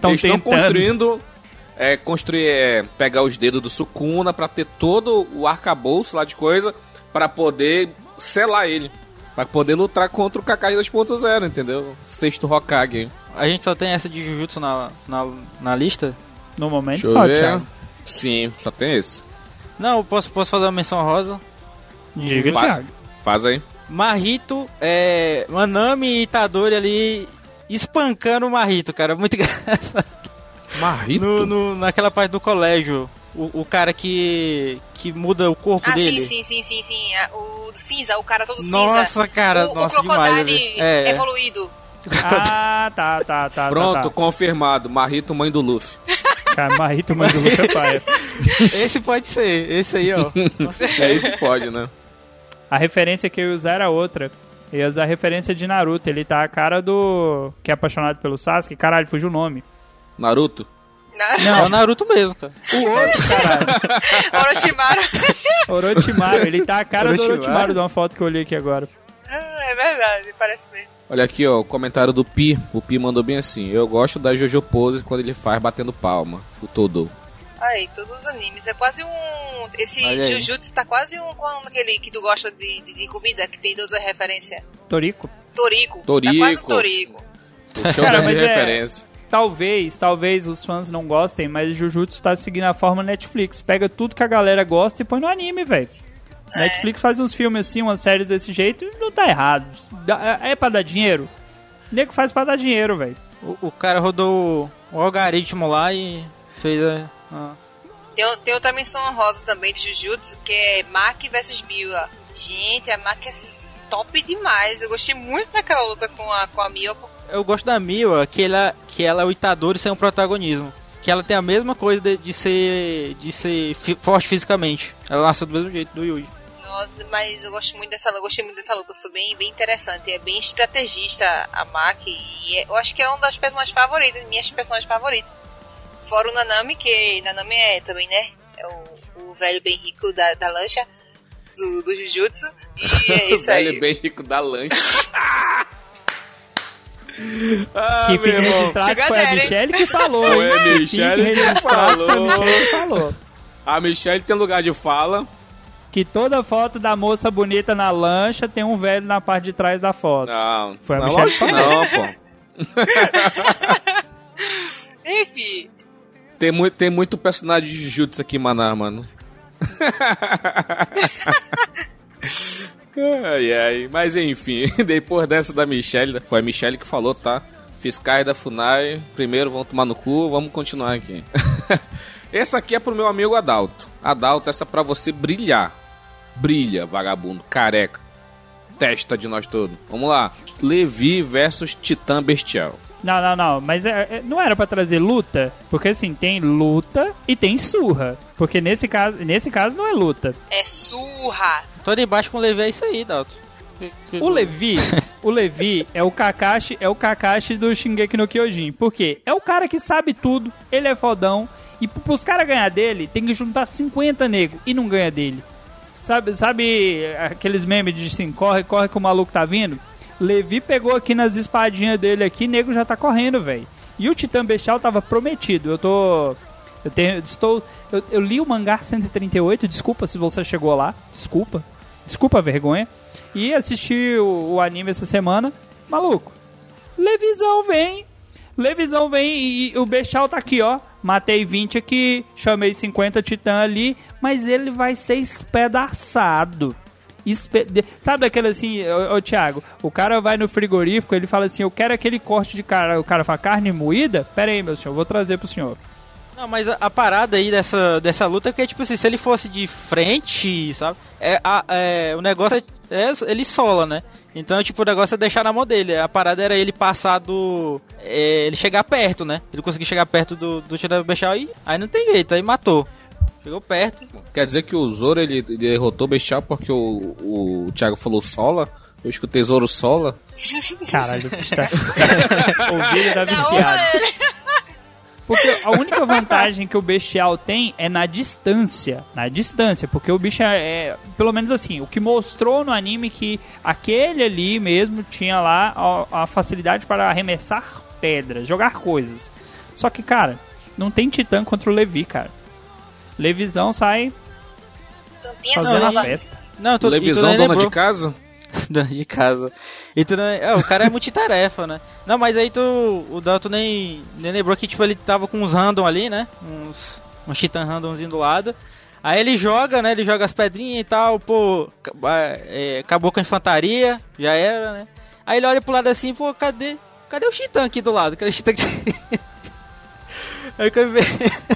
pegar os dedos do Sukuna pra ter todo o arcabouço lá de coisa pra poder selar ele. Pra poder lutar contra o Kakashi 2.0, entendeu? Sexto Hokage. A gente só tem essa de Jujutsu na lista? No momento deixa só, eu ver. Thiago. Sim, só tem esse. Não, posso fazer uma menção rosa? Diga, Thiago. Faz aí. Mahito, Manami e Itadori ali espancando o Mahito, cara. Muito engraçado. Mahito? Naquela parte do colégio. O cara que muda o corpo dele. Sim. O cinza, o cara todo cinza. Nossa, cara, o Crocodile evoluído. Tá. Pronto, confirmado. Mahito, mãe do Luffy. Cara, Mahito, mãe do Luffy é paia. Esse pode ser, esse aí, ó. Esse pode, né? A referência que eu ia usar era outra. Eu ia usar a referência de Naruto. Ele tá a cara do... que é apaixonado pelo Sasuke. Caralho, fugiu o nome. Naruto? Não, é o Naruto mesmo, cara. O outro, caralho. Orochimaru. Ele tá a cara do Orochimaru de uma foto que eu olhei aqui agora. É verdade, parece mesmo. Olha aqui, ó, o comentário do Pi. O Pi mandou bem assim. Eu gosto da Jojo Pose quando ele faz batendo palma. O Todô. Aí, todos os animes. É quase um... Esse Jujutsu tá quase com aquele que tu gosta de comida, que tem 12 referências. Toriko. Tá quase um Toriko. O show de referência. Talvez os fãs não gostem, mas Jujutsu tá seguindo a forma Netflix. Pega tudo que a galera gosta e põe no anime, velho. Netflix faz uns filmes assim, umas séries desse jeito e não tá errado. É pra dar dinheiro? O nego faz pra dar dinheiro, velho. O cara rodou o algoritmo lá e fez Tem outra menção honrosa também de Jujutsu, que é Maki vs Miwa. Gente, a Maki é top demais. Eu gostei muito daquela luta com a Miwa. Eu gosto da Miwa, que ela é o Itadori sem um protagonismo. Que ela tem a mesma coisa de ser forte fisicamente. Ela nasce do mesmo jeito do Yuji. Nossa, mas eu gostei muito dessa luta. Foi bem interessante. É bem estrategista a Maki. E eu acho que é uma das personagens favoritas, minhas personagens favoritas. Fora o Nanami, que Nanami é também, né? É o velho bem rico da lancha do Jujutsu. E é isso aí. O velho bem rico da lancha. Que fica registrado, foi a Michelle que falou. Foi a Michelle que falou. A Michelle tem lugar de fala. Que toda foto da moça bonita na lancha tem um velho na parte de trás da foto. Não, foi a Michelle que falou. Não, pô. Enfim. Tem muito personagem de Jujutsu aqui em Maná, mano. Ai. Mas enfim, depois dessa da Michelle, foi a Michelle que falou, tá? Fiscais da FUNAI, primeiro vão tomar no cu, vamos continuar aqui. Essa aqui é pro meu amigo Adalto. Adalto, essa é pra você brilhar. Brilha, vagabundo, careca, testa de nós todos. Vamos lá. Levi versus Titã Bestial. Não, mas não era pra trazer luta? Porque assim, tem luta e tem surra. Porque nesse caso não é luta. É surra. Tô de baixo com o Levi, é isso aí, Dalton. O Levi é o Kakashi do Shingeki no Kyojin. Por quê? É o cara que sabe tudo, ele é fodão. E pros caras ganhar dele, tem que juntar 50 negros e não ganha dele. Sabe aqueles memes de assim, corre que o maluco tá vindo? Levi pegou aqui nas espadinhas dele aqui, nego já tá correndo, velho. E o Titã Bestial tava prometido. Eu li o mangá 138, desculpa se você chegou lá. Desculpa a vergonha. E assisti o anime essa semana. Maluco, Levizão vem e o Bestial tá aqui, ó. Matei 20 aqui, chamei 50 Titã ali, mas ele vai ser espedaçado. Sabe aquele assim, ô Thiago, o cara vai no frigorífico, ele fala assim, eu quero aquele corte de cara, o cara fala, carne moída? Pera aí, meu senhor, vou trazer pro senhor. Não, mas a parada aí dessa luta é que, tipo assim, se ele fosse de frente, sabe, o negócio ele sola, né? Então, tipo, o negócio é deixar na mão dele. A parada era ele passar ele chegar perto, né? Ele conseguir chegar perto do Titã Bestial e aí não tem jeito, aí matou. Chegou perto. Quer dizer que o Zoro, ele derrotou o Bestial porque o Thiago falou sola? Eu escutei Zoro sola? Caralho, está... o vídeo tá viciado. Porque a única vantagem que o Bestial tem é na distância. Na distância, porque o bicho pelo menos assim, o que mostrou no anime que aquele ali mesmo tinha lá a facilidade para arremessar pedras, jogar coisas. Só que, cara, não tem Titã contra o Levi, cara. Levizão sai fazendo a festa. Levizão, dona de casa? Dona de casa. E o cara é multitarefa, né? Não, mas aí o Dalton nem lembrou que tipo, ele tava com uns random ali, né? Uns titã randomzinho do lado. Aí ele joga, né? Ele joga as pedrinhas e tal, pô, acabou com a infantaria, já era, né? Aí ele olha pro lado assim, pô, cadê o titã aqui do lado? Cadê o titã aqui? Aí quando vê...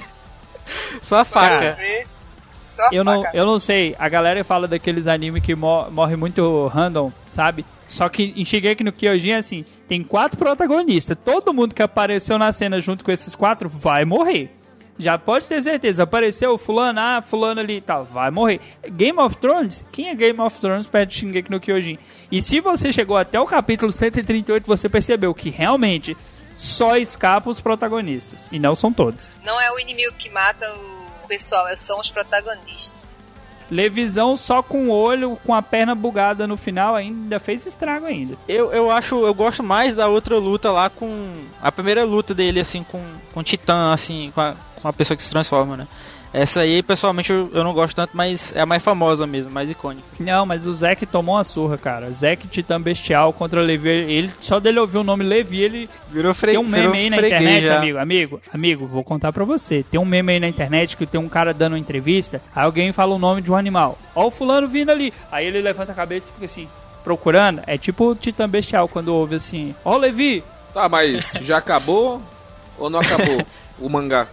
Só a faca. Eu não sei, a galera fala daqueles animes que morre muito random, sabe? Só que em Shingeki no Kyojin, assim, tem 4 protagonistas. Todo mundo que apareceu na cena junto com esses 4 vai morrer. Já pode ter certeza. Apareceu fulano ali e tal, vai morrer. Game of Thrones? Quem é Game of Thrones perto de Shingeki no Kyojin? E se você chegou até o capítulo 138, você percebeu que realmente só escapam os protagonistas. E não são todos. Não é o inimigo que mata o pessoal, são os protagonistas. Levizão só com o olho, com a perna bugada no final, ainda fez estrago ainda. Eu gosto mais da outra luta lá com... A primeira luta dele, assim, com o Titã, assim, com a pessoa que se transforma, né? Essa aí, pessoalmente, eu não gosto tanto, mas é a mais famosa mesmo, mais icônica. Não, mas o Zack tomou uma surra, cara. Zack Titã Bestial contra o Levi. Ele, só dele ouvir o nome Levi, ele... Tem um meme aí na internet, já. Amigo, vou contar pra você. Tem um meme aí na internet que tem um cara dando uma entrevista, aí alguém fala o nome de um animal. Ó o fulano vindo ali. Aí ele levanta a cabeça e fica assim, procurando. É tipo o Titã Bestial, quando ouve assim, ó o Levi. Tá, mas já acabou ou não acabou o mangá?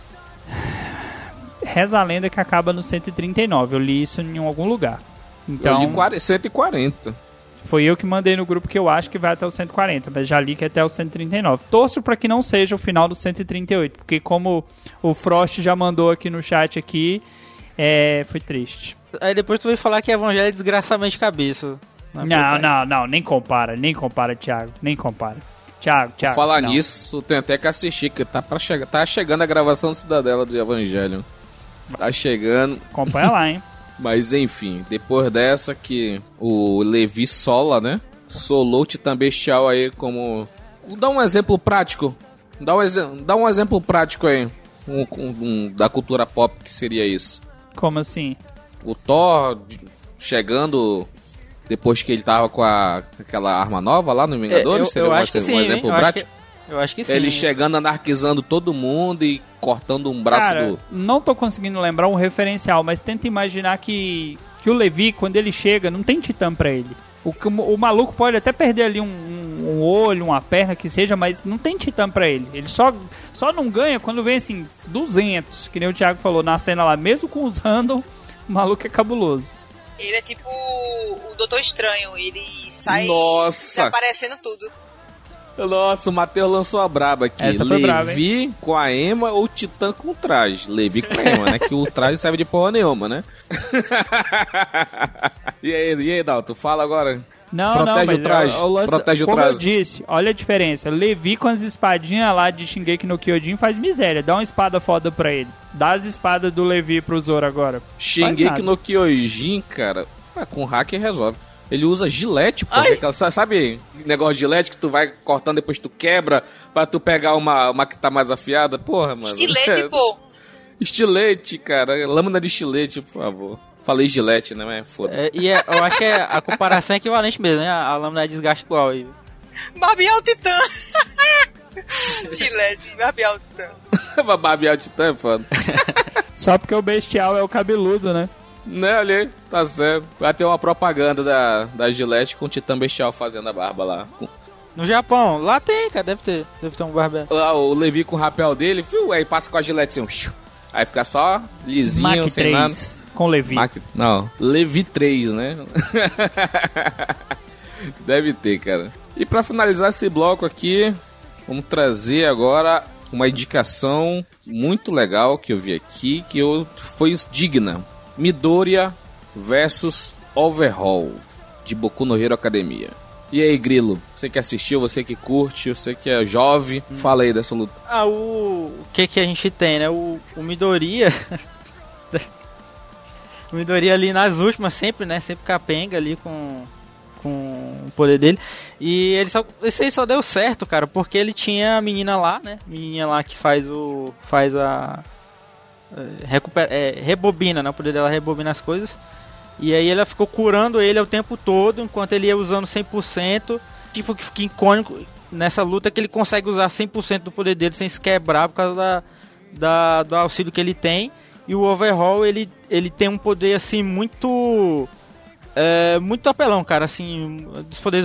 Reza a lenda que acaba no 139. Eu li isso em algum lugar. Então, eu li 140. Foi eu que mandei no grupo que eu acho que vai até o 140, mas já li que é até o 139. Torço pra que não seja o final do 138, porque como o Frost já mandou aqui no chat aqui, foi triste. Aí depois tu veio falar que Evangelho é desgraçadamente cabeça. Não, nem compara, Thiago, nem compara. Thiago. Por falar nisso, tem até que assistir, que tá chegando a gravação do Cidadela do Evangelho. Tá chegando. Acompanha lá, hein? Mas enfim, depois dessa que o Levi sola, né? Solou o Titã Bestial aí como... Dá um exemplo prático. Dá um exemplo prático aí. Da cultura pop, que seria isso. Como assim? O Thor chegando... Depois que ele tava com aquela arma nova lá no Vingadores, eu acho que sim, um exemplo prático? Eu acho que sim. Ele chegando, anarquizando todo mundo e cortando um braço do... Não tô conseguindo lembrar um referencial, mas tenta imaginar que o Levi, quando ele chega, não tem titã pra ele. O maluco pode até perder ali um olho, uma perna, que seja, mas não tem titã pra ele. Ele só não ganha quando vem, assim, 200, que nem o Thiago falou na cena lá. Mesmo com os random, o maluco é cabuloso. Ele é tipo o Doutor Estranho, ele sai desaparecendo tudo. Nossa, o Matheus lançou a braba aqui. Essa foi braba, Levi com a Ema ou Titã com o traje? Levi com a Ema, né? Que o traje serve de porra nenhuma, né? E aí, Dalton, fala agora. Não, protege mas o traje. Protege o como traje. eu disse, olha a diferença. Levi com as espadinhas lá de Shingeki no Kyojin faz miséria. Dá uma espada foda pra ele. Dá as espadas do Levi pro Zoro agora. Shingeki no Kyojin, cara, com hacker resolve. Ele usa gilete, pô. Sabe negócio de gilete que tu vai cortando depois tu quebra pra tu pegar uma que tá mais afiada? Porra, mano. Estilete, pô. Estilete, cara. Lâmina de estilete, por favor. Falei gilete, né? Mas foda-se. Eu acho que a comparação é equivalente mesmo, né? A lâmina é desgaste igual aí. Barbear o Titã. Gilete, barbear o Titã. Barbear o Titã é foda. Só porque o bestial é o cabeludo, né? Né, ali, tá certo. Vai ter uma propaganda da Gillette com o Titã Bestial fazendo a barba lá. No Japão, lá tem, cara, deve ter um barbeiro. Lá o Levi com o rapel dele, aí passa com a Gillette assim, aí fica só lisinho, Mach sem 3, nada. com Levi. Não, Levi 3, né? Deve ter, cara. E pra finalizar esse bloco aqui, vamos trazer agora uma indicação muito legal que eu vi aqui, que foi digna. Midoriya versus Overhaul, de Boku no Hero Academia. E aí, Grilo, você que assistiu, você que curte, você que é jovem, fala aí dessa luta. O que a gente tem, né? O Midoriya... o Midoriya ali nas últimas, sempre, né? Sempre capenga ali com o poder dele. E esse aí só deu certo, cara, porque ele tinha a menina lá, né? Menina lá que faz a... rebobina, né? O poder dela rebobina as coisas. E aí ela ficou curando ele o tempo todo, enquanto ele ia usando 100%. Tipo, que fica icônico nessa luta que ele consegue usar 100% do poder dele sem se quebrar por causa do auxílio que ele tem. E o Overhaul, ele tem um poder assim muito apelão, cara, assim, dos poderes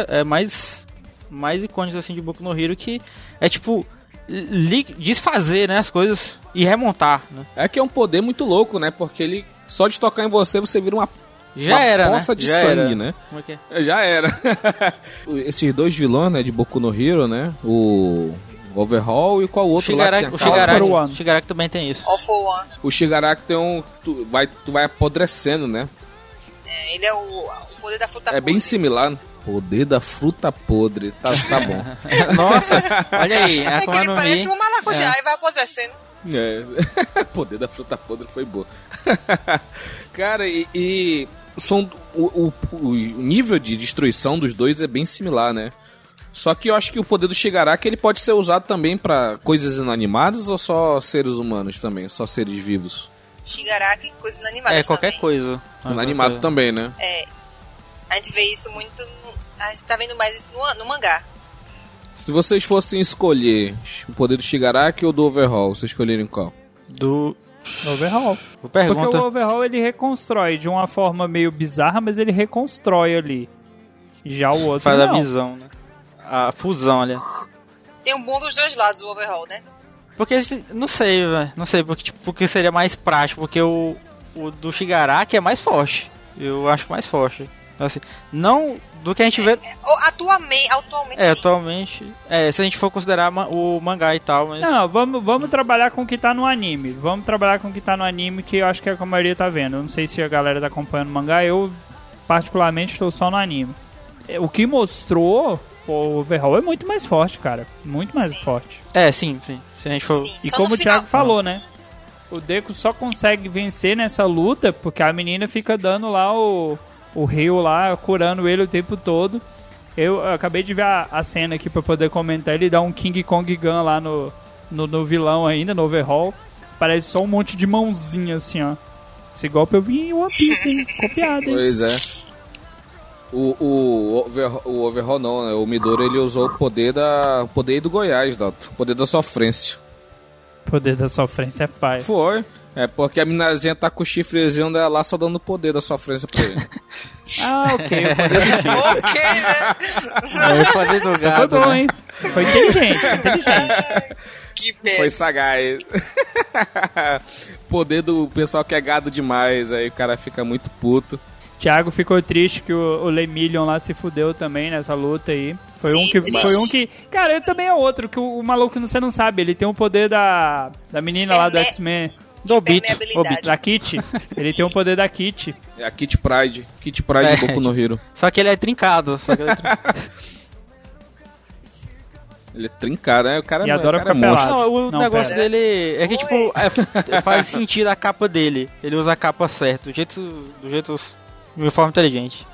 mais icônicos assim de Boku no Hero, que é tipo desfazer, né, as coisas e remontar, né? É que é um poder muito louco, né? Porque ele só de tocar em você vira uma poça de sangue, né? Como é que é? Já era. Esses dois vilões, né, de Boku no Hero, né? O Overhaul e qual outro lá? O Shigaraki também tem isso. All for One. O Shigaraki tem tu vai apodrecendo, né? Ele é o poder da fruta podre. É bem similar. Poder da fruta podre. Tá bom. Nossa, olha aí. É que ele parece um maracujá e vai apodrecendo. Poder da fruta podre foi boa. Cara, e o nível de destruição dos dois é bem similar, né? Só que eu acho que o poder do Shigaraki ele pode ser usado também pra coisas inanimadas ou só seres humanos também? Só seres vivos? Shigaraki, coisas inanimadas qualquer também. coisa. Inanimado também, né? A gente vê isso muito... A gente tá vendo mais isso no mangá. Se vocês fossem escolher o poder do Shigaraki ou do Overhaul, vocês escolherem qual? Do Overhaul. Porque o Overhaul ele reconstrói de uma forma meio bizarra, mas ele reconstrói ali. Já o outro faz não. A visão, né? A fusão ali. Tem um bom dos dois lados o Overhaul, né? Porque, não sei, velho. Não sei, porque seria mais prático. Porque o do Shigaraki é mais forte. Eu acho mais forte. Assim, não do que a gente vê... Atualmente sim. Atualmente... se a gente for considerar o mangá e tal, mas... Não, vamos trabalhar com o que tá no anime. Vamos trabalhar com o que tá no anime, que eu acho que é o que a maioria tá vendo. Eu não sei se a galera tá acompanhando o mangá. Eu, particularmente, estou só no anime. O que mostrou... O Overhaul é muito mais forte, cara. Muito mais forte. Sim. Se a gente for... E como o Thiago falou, né? O Deku só consegue vencer nessa luta porque a menina fica dando lá o Rio lá, curando ele o tempo todo. Eu acabei de ver a cena aqui pra poder comentar. Ele dá um King Kong Gun lá no vilão ainda, no Overhaul. Parece só um monte de mãozinha assim, ó. Esse golpe eu vi em One Piece, copiado, hein? Pois é. O Overhaul não, né? O Midori ele usou o poder do Goiás, Dalton. O poder da sofrência. Poder da sofrência é pai. Foi. É porque a minazinha tá com o chifrezinho dela lá só dando o poder da sofrência pra ele. Ok. O poder do chifre. Ok, né? O poder do gado, foi bom, né? hein? Foi inteligente. Que péssimo. Foi sagaz. Poder do pessoal que é gado demais, aí o cara fica muito puto. Thiago ficou triste que o Lemillion lá se fudeu também nessa luta aí. Foi um que... Cara, ele também é outro, que o maluco você não sabe, ele tem o poder da menina lá do X-Men. Do Obito. Da Kitty. Ele tem o poder da Kitty. É a Kitty Pryde. Kitty Pryde de Boku no Hero. Só que ele é trincado. Ele é trincado, né? O cara, adora ficar pelado. Não, o negócio dele é que, tipo, faz sentido a capa dele. Ele usa a capa certa, do jeito de forma inteligente.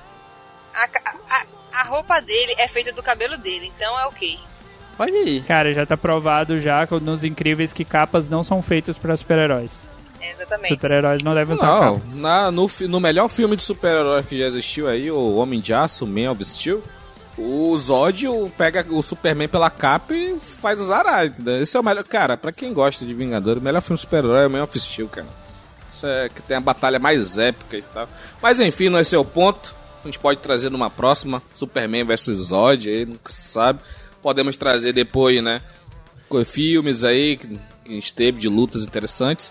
A roupa dele é feita do cabelo dele, então é ok. Pode ir. Cara, já tá provado já nos Incríveis que capas não são feitas pra super-heróis. Exatamente. Super-heróis não devem usar capas. No melhor filme de super-herói que já existiu aí, o Homem de Aço, Man of Steel, o Zod pega o Superman pela capa e faz os arais. Esse é o melhor. Cara, pra quem gosta de Vingadores, o melhor filme de super-herói é o Man of Steel, cara. Isso é que tem a batalha mais épica e tal. Mas enfim, não é esse é o ponto. A gente pode trazer numa próxima Superman vs Zod, aí nunca se sabe. Podemos trazer depois, né, filmes aí que a gente teve de lutas interessantes.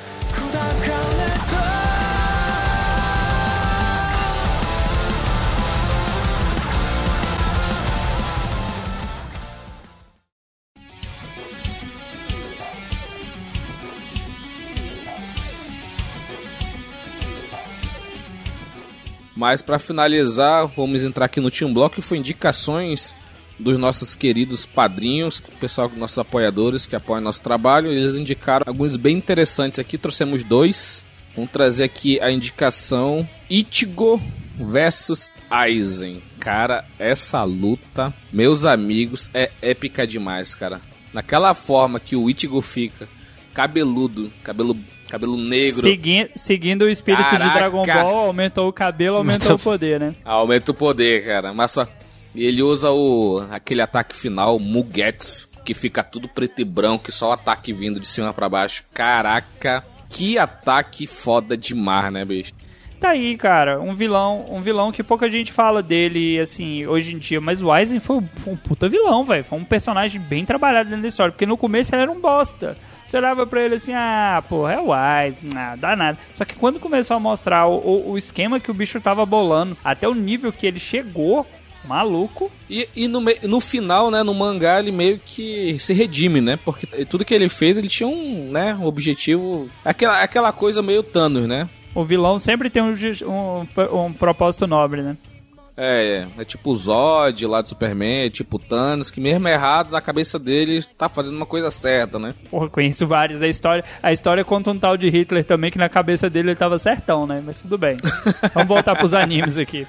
Mas para finalizar, vamos entrar aqui no Team Block, que foi indicações dos nossos queridos padrinhos, o pessoal, nossos apoiadores que apoiam nosso trabalho. Eles indicaram alguns bem interessantes aqui, trouxemos 2. Vamos trazer aqui a indicação Ichigo versus Aizen. Cara, essa luta, meus amigos, é épica demais, cara. Naquela forma que o Ichigo fica, cabeludo, cabelo negro. Seguindo o espírito de Dragon Ball, aumentou o cabelo, aumentou o poder, né? Aumenta o poder, cara. Mas só... ele usa aquele ataque final, Mugetsu, que fica tudo preto e branco, só o ataque vindo de cima pra baixo. Caraca, que ataque foda demais, né, bicho? Tá aí, cara, um vilão que pouca gente fala dele, assim, hoje em dia, mas o Aizen foi um puta vilão, velho. Foi um personagem bem trabalhado dentro da história, porque no começo ele era um bosta. Você olhava pra ele assim, porra, é o Aizen, dá nada. Só que quando começou a mostrar o esquema que o bicho tava bolando, até o nível que ele chegou, maluco. E no final, né, no mangá, ele meio que se redime, né? Porque tudo que ele fez, ele tinha um objetivo... Aquela coisa meio Thanos, né? O vilão sempre tem um propósito nobre, né? É tipo o Zod lá do Superman, é tipo o Thanos, que mesmo errado, na cabeça dele, tá fazendo uma coisa certa, né? Porra, conheço vários da história. A história conta um tal de Hitler também, que na cabeça dele ele tava certão, né? Mas tudo bem. Vamos voltar pros animes aqui.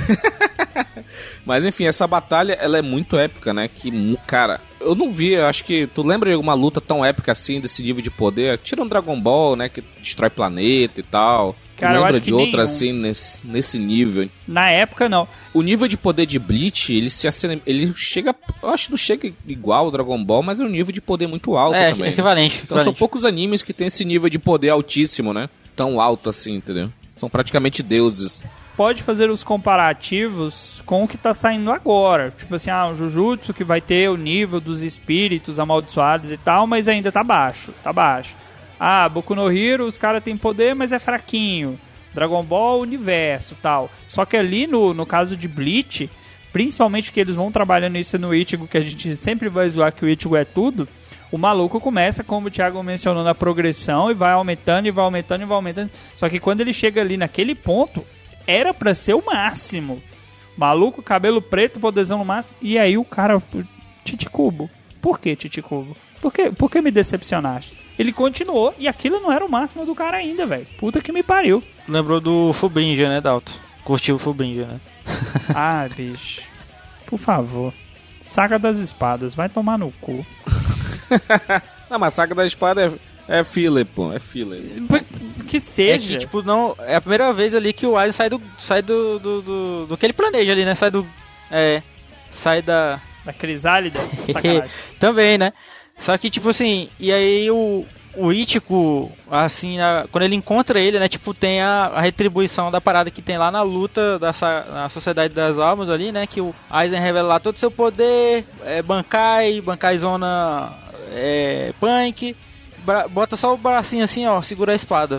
Mas enfim, essa batalha, ela é muito épica, né? Que, cara, eu não vi, acho que... Tu lembra de alguma luta tão épica assim, desse nível de poder? Tira um Dragon Ball, né? Que destrói planeta e tal. Cara, tu eu lembra acho que de outra nenhum. assim, nesse nível? Na época, não. O nível de poder de Bleach, ele chega... Eu acho que não chega igual ao Dragon Ball, mas é um nível de poder muito alto também. É equivalente. Então são poucos animes que tem esse nível de poder altíssimo, né? Tão alto assim, entendeu? São praticamente deuses. Pode fazer os comparativos com o que tá saindo agora. Tipo assim, o Jujutsu que vai ter o nível dos espíritos amaldiçoados e tal, mas ainda tá baixo. Boku no Hero, os caras têm poder, mas é fraquinho. Dragon Ball, universo tal. Só que ali no caso de Bleach, principalmente que eles vão trabalhando isso no Ichigo, que a gente sempre vai zoar que o Ichigo é tudo, o maluco começa, como o Thiago mencionou, na progressão e vai aumentando, e vai aumentando, e vai aumentando. Só que quando ele chega ali naquele ponto, era pra ser o máximo. Maluco, cabelo preto, poderzão no máximo. E aí o cara, Titicubo. Por que Titicubo? Por que me decepcionaste? Ele continuou e aquilo não era o máximo do cara ainda, velho. Puta que me pariu. Lembrou do Fubringer, né, Dalton? Curtiu o Fubringer, né? Bicho. Por favor. Saga das espadas, vai tomar no cu. Não, mas Saga da Espada é filler, pô. É filler. Que seja. É que, tipo, não... É a primeira vez ali que o Aizen sai do que ele planeja ali, né? Sai da... Da crisálida? Sacanagem. Também, né? Só que, tipo assim... E aí o Ichigo, assim... quando ele encontra ele, né? Tipo, tem a retribuição da parada que tem lá na luta na Sociedade das Almas ali, né? Que o Aizen revela lá todo o seu poder. Bankai Zona... Punk... Bota só o bracinho assim, ó, segura a espada.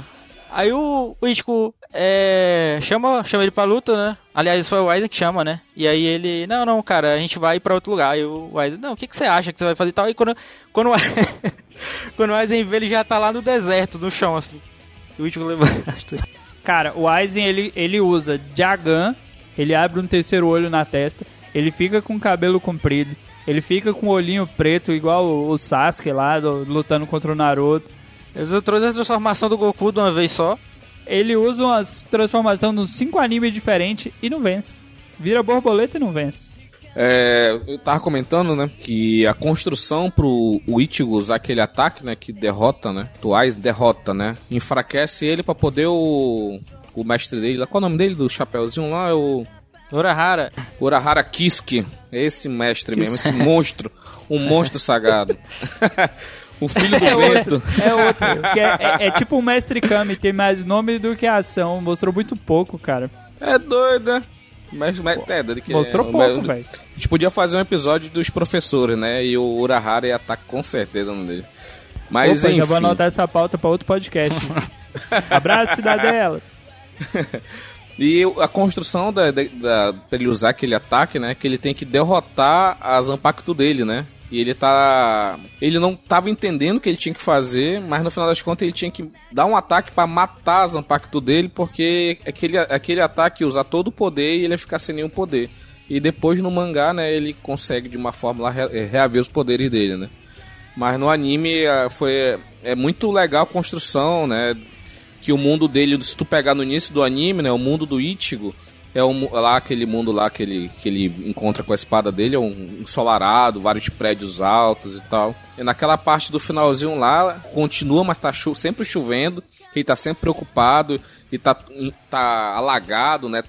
Aí o Ichigo chama ele pra luta, né? Aliás, foi o Aizen que chama, né? E aí ele, não, cara, a gente vai pra outro lugar. E o Aizen, não, o que você acha que você vai fazer e tal? E quando o Aizen vê, ele já tá lá no deserto, no chão, assim. E o Ichigo levanta. Cara, o Aizen, ele usa Jagan, ele abre um terceiro olho na testa, ele fica com o cabelo comprido, ele fica com o olhinho preto, igual o Sasuke lá, lutando contra o Naruto. Eles trouxeram a transformação do Goku de uma vez só. Ele usa uma transformação nos 5 animes diferentes e não vence. Vira borboleta e não vence. Eu tava comentando, né, que a construção pro Ichigo usar aquele ataque, né, que derrota, né, Twice derrota, né, enfraquece ele pra poder o mestre dele, qual é o nome dele, do chapeuzinho lá, é o... Urahara Kisuke, esse mestre mesmo, esse monstro, um monstro sagrado. O filho do vento. É outro. Que é tipo um Mestre Kami, tem mais nome do que ação. Mostrou muito pouco, cara. É doido, né? Mostrou pouco, velho. A gente podia fazer um episódio dos professores, né? E o Urahara ia estar com certeza no dele. Mas enfim. Já vou anotar essa pauta pra outro podcast. Abraço, Cidadela. E a construção pra ele usar aquele ataque, né? Que ele tem que derrotar a Zanpakuto dele, né? E ele não tava entendendo o que ele tinha que fazer, mas no final das contas ele tinha que dar um ataque pra matar a Zanpakuto dele, porque aquele ataque ia usar todo o poder e ele ia ficar sem nenhum poder. E depois no mangá, né, ele consegue de uma forma lá reaver os poderes dele, né? Mas no anime é muito legal a construção, né? Que o mundo dele, se tu pegar no início do anime, né, o mundo do Ichigo, aquele mundo lá que ele encontra com a espada dele, é um ensolarado, vários prédios altos e tal. E naquela parte do finalzinho lá, continua, mas tá sempre chovendo, ele tá sempre preocupado e tá alagado, né?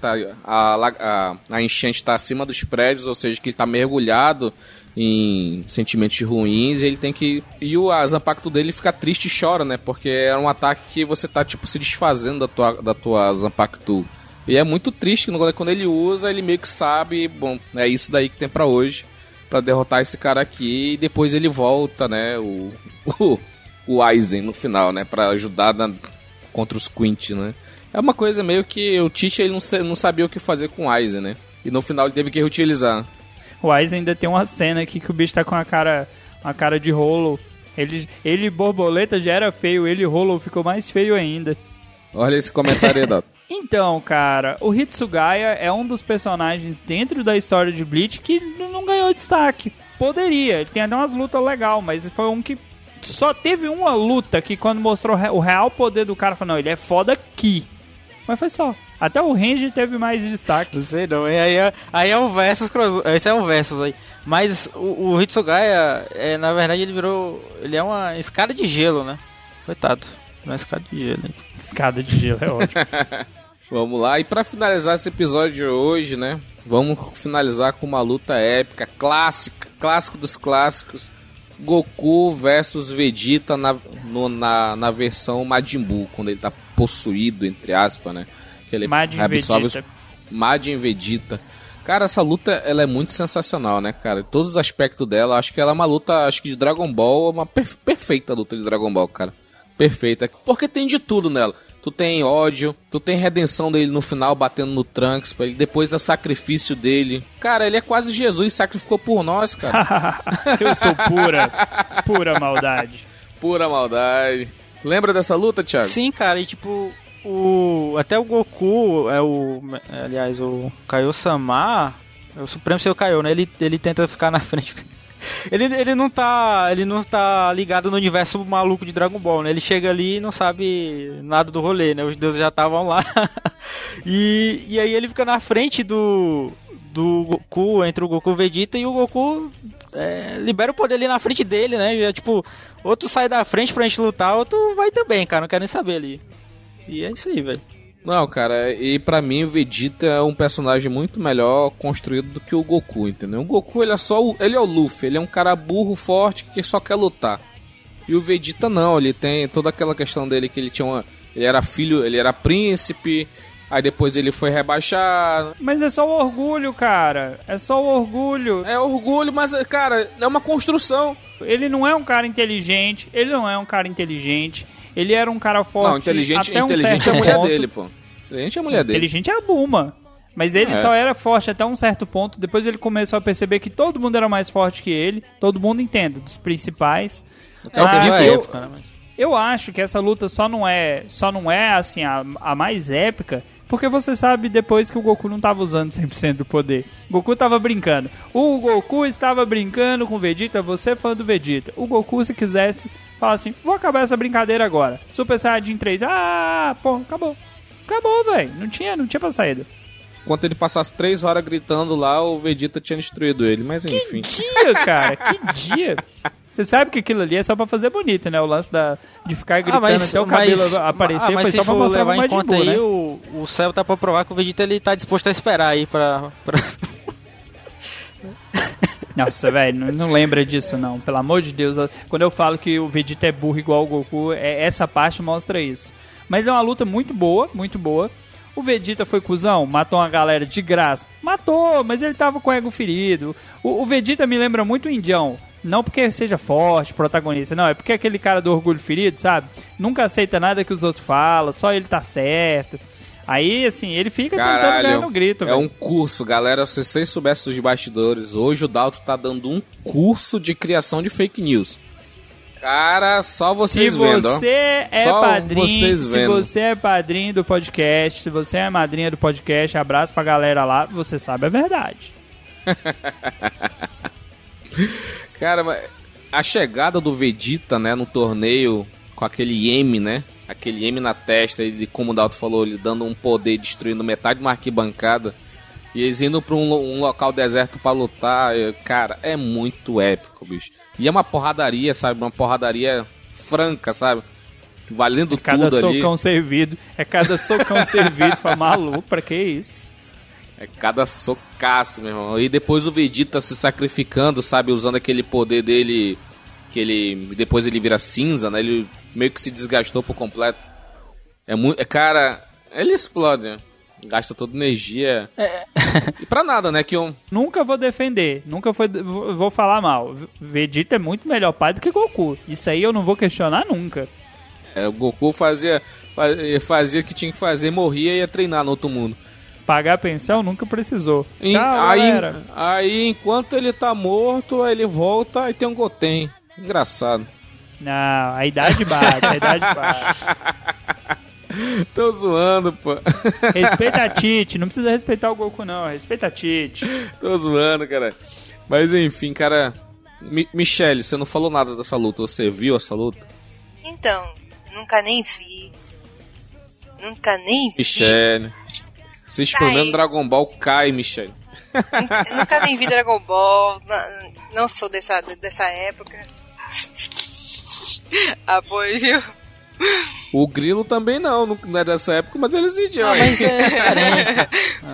A enchente tá acima dos prédios, ou seja, que ele tá mergulhado em sentimentos ruins, e ele tem que... E o Zanpakuto dele fica triste e chora, né? Porque é um ataque que você tá, tipo, se desfazendo da tua Zanpakuto. E é muito triste quando ele usa, ele meio que sabe, bom, é isso daí que tem pra hoje, pra derrotar esse cara aqui, e depois ele volta, né, o Aizen no final, né, pra ajudar contra os Quint, né. É uma coisa meio que o Teach, ele não sabia o que fazer com o Aizen, né, e no final ele teve que reutilizar. O Aizen ainda tem uma cena aqui que o bicho tá com uma cara de Hollow. Ele borboleta já era feio, ele Hollow ficou mais feio ainda. Olha esse comentário aí, Dato. Então, cara, o Hitsugaya é um dos personagens dentro da história de Bleach que não ganhou destaque. Poderia, ele tem até umas lutas legais, mas foi um que só teve uma luta que quando mostrou o real poder do cara, falou, não, ele é foda aqui. Mas foi só. Até o Range teve mais destaque. Não sei não, aí é um versus, esse é um versus aí. Mas o Hitsugaya, na verdade, ele é uma escada de gelo, né? Coitado, uma escada de gelo aí. Escada de gelo, é ótimo. Vamos lá, e pra finalizar esse episódio de hoje, né, vamos finalizar com uma luta épica, clássico dos clássicos, Goku versus Vegeta na versão Majin Buu, quando ele tá possuído, entre aspas, né, que ele absorve Majin Vegeta. Cara, essa luta, ela é muito sensacional, né, cara, todos os aspectos dela, acho que ela é uma luta, de Dragon Ball, uma perfeita luta de Dragon Ball, cara, perfeita, porque tem de tudo nela. Tu tem ódio, tu tem redenção dele no final, batendo no Trunks, depois é sacrifício dele. Cara, ele é quase Jesus, sacrificou por nós, cara. Eu sou pura maldade. Pura maldade. Lembra dessa luta, Thiago? Sim, cara, e tipo, até o Goku, aliás, o Kaiosama, é o Supremo Seu Kaiô, né? Ele tenta ficar na frente. Ele não tá ligado no universo maluco de Dragon Ball, né? Ele chega ali e não sabe nada do rolê, né? Os deuses já estavam lá. E aí ele fica na frente do Goku, entre o Goku e o Vegeta, e o Goku libera o poder ali na frente dele, né? Já, tipo, outro sai da frente pra gente lutar, outro vai também, cara. Não quero nem saber ali. E é isso aí, velho. Não, cara, e pra mim o Vegeta é um personagem muito melhor construído do que o Goku, entendeu? O Goku, ele é o Luffy, ele é um cara burro, forte, que só quer lutar. E o Vegeta não, ele tem toda aquela questão dele que ele era filho, ele era príncipe, aí depois ele foi rebaixado. Mas é só o orgulho, cara, é só o orgulho. É orgulho, mas, cara, é uma construção. Ele não é um cara inteligente, Ele era um cara forte. Não, inteligente até um é certo a mulher ponto. dele, pô. Inteligente é a mulher dele. Inteligente é a Bulma. Mas ele só era forte até um certo ponto. Depois ele começou a perceber que todo mundo era mais forte que ele. Todo mundo entende, dos principais. Eu acho que essa luta só não é assim, a mais épica, porque você sabe depois que o Goku não tava usando 100% do poder. O Goku tava brincando. O Goku estava brincando com o Vegeta, você é fã do Vegeta. O Goku, se quisesse, fala assim, vou acabar essa brincadeira agora. Super Saiyajin 3, pô, acabou. Acabou, velho. Não tinha pra saída. Enquanto ele passasse 3 horas gritando lá, o Vegeta tinha destruído ele, mas enfim. Que dia, cara, que dia. Você sabe que aquilo ali é só pra fazer bonito, né? O lance de ficar gritando até o cabelo aparecer foi só pra mostrar o Majin Buu, né? Aí, o céu tá pra provar que o Vegeta ele tá disposto a esperar aí pra... Nossa, velho, não lembra disso, não. Pelo amor de Deus, quando eu falo que o Vegeta é burro igual o Goku, essa parte mostra isso. Mas é uma luta muito boa, muito boa. O Vegeta foi cuzão? Matou uma galera de graça? Matou, mas ele tava com o ego ferido. O Vegeta me lembra muito o Indião. Não porque seja forte, protagonista, não. É porque é aquele cara do orgulho ferido, sabe? Nunca aceita nada que os outros falam, só ele tá certo. Aí, assim, ele fica tentando ganhar no grito, velho. É um curso, galera. Se vocês soubessem dos bastidores, hoje o Dalton tá dando um curso de criação de fake news. Cara, só vocês vendo, ó. Se você é padrinho do podcast, se você é madrinha do podcast, abraço pra galera lá, você sabe a verdade. Cara, a chegada do Vegeta, né, no torneio com aquele M, né? Aquele M na testa, e como o Dalton falou, ele dando um poder, destruindo metade de uma arquibancada. E eles indo pra um local deserto pra lutar, cara, é muito épico, bicho. E é uma porradaria, sabe? Uma porradaria franca, sabe? Valendo tudo ali. Cada socão servido. É cada socão servido. Fala, maluco, pra que isso? É cada socaço, meu irmão. E depois o Vegeta se sacrificando, sabe? Usando aquele poder dele, que ele depois ele vira cinza, né? Ele meio que se desgastou por completo. É muito... Cara, ele explode, né? Gasta toda energia. E pra nada, né? Nunca vou defender. Vou falar mal. Vegeta é muito melhor pai do que Goku. Isso aí eu não vou questionar nunca. O Goku fazia o que tinha que fazer, morria e ia treinar no outro mundo. Pagar a pensão nunca precisou. Aí, enquanto ele tá morto, ele volta e tem um Goten. Engraçado. Não, a idade bate. Tô zoando, pô. Respeita a Tite, não precisa respeitar o Goku, não. Respeita a Tite. Tô zoando, cara. Mas enfim, cara. Michele, você não falou nada dessa luta. Você viu essa luta? Então, nunca nem vi. Michele. Assiste pelo menos Dragon Ball Kai, Michele. Nunca nem vi Dragon Ball. Não sou dessa época. Apoio, viu? O Grilo também não é dessa época, mas eles idiam. Mas é diferente.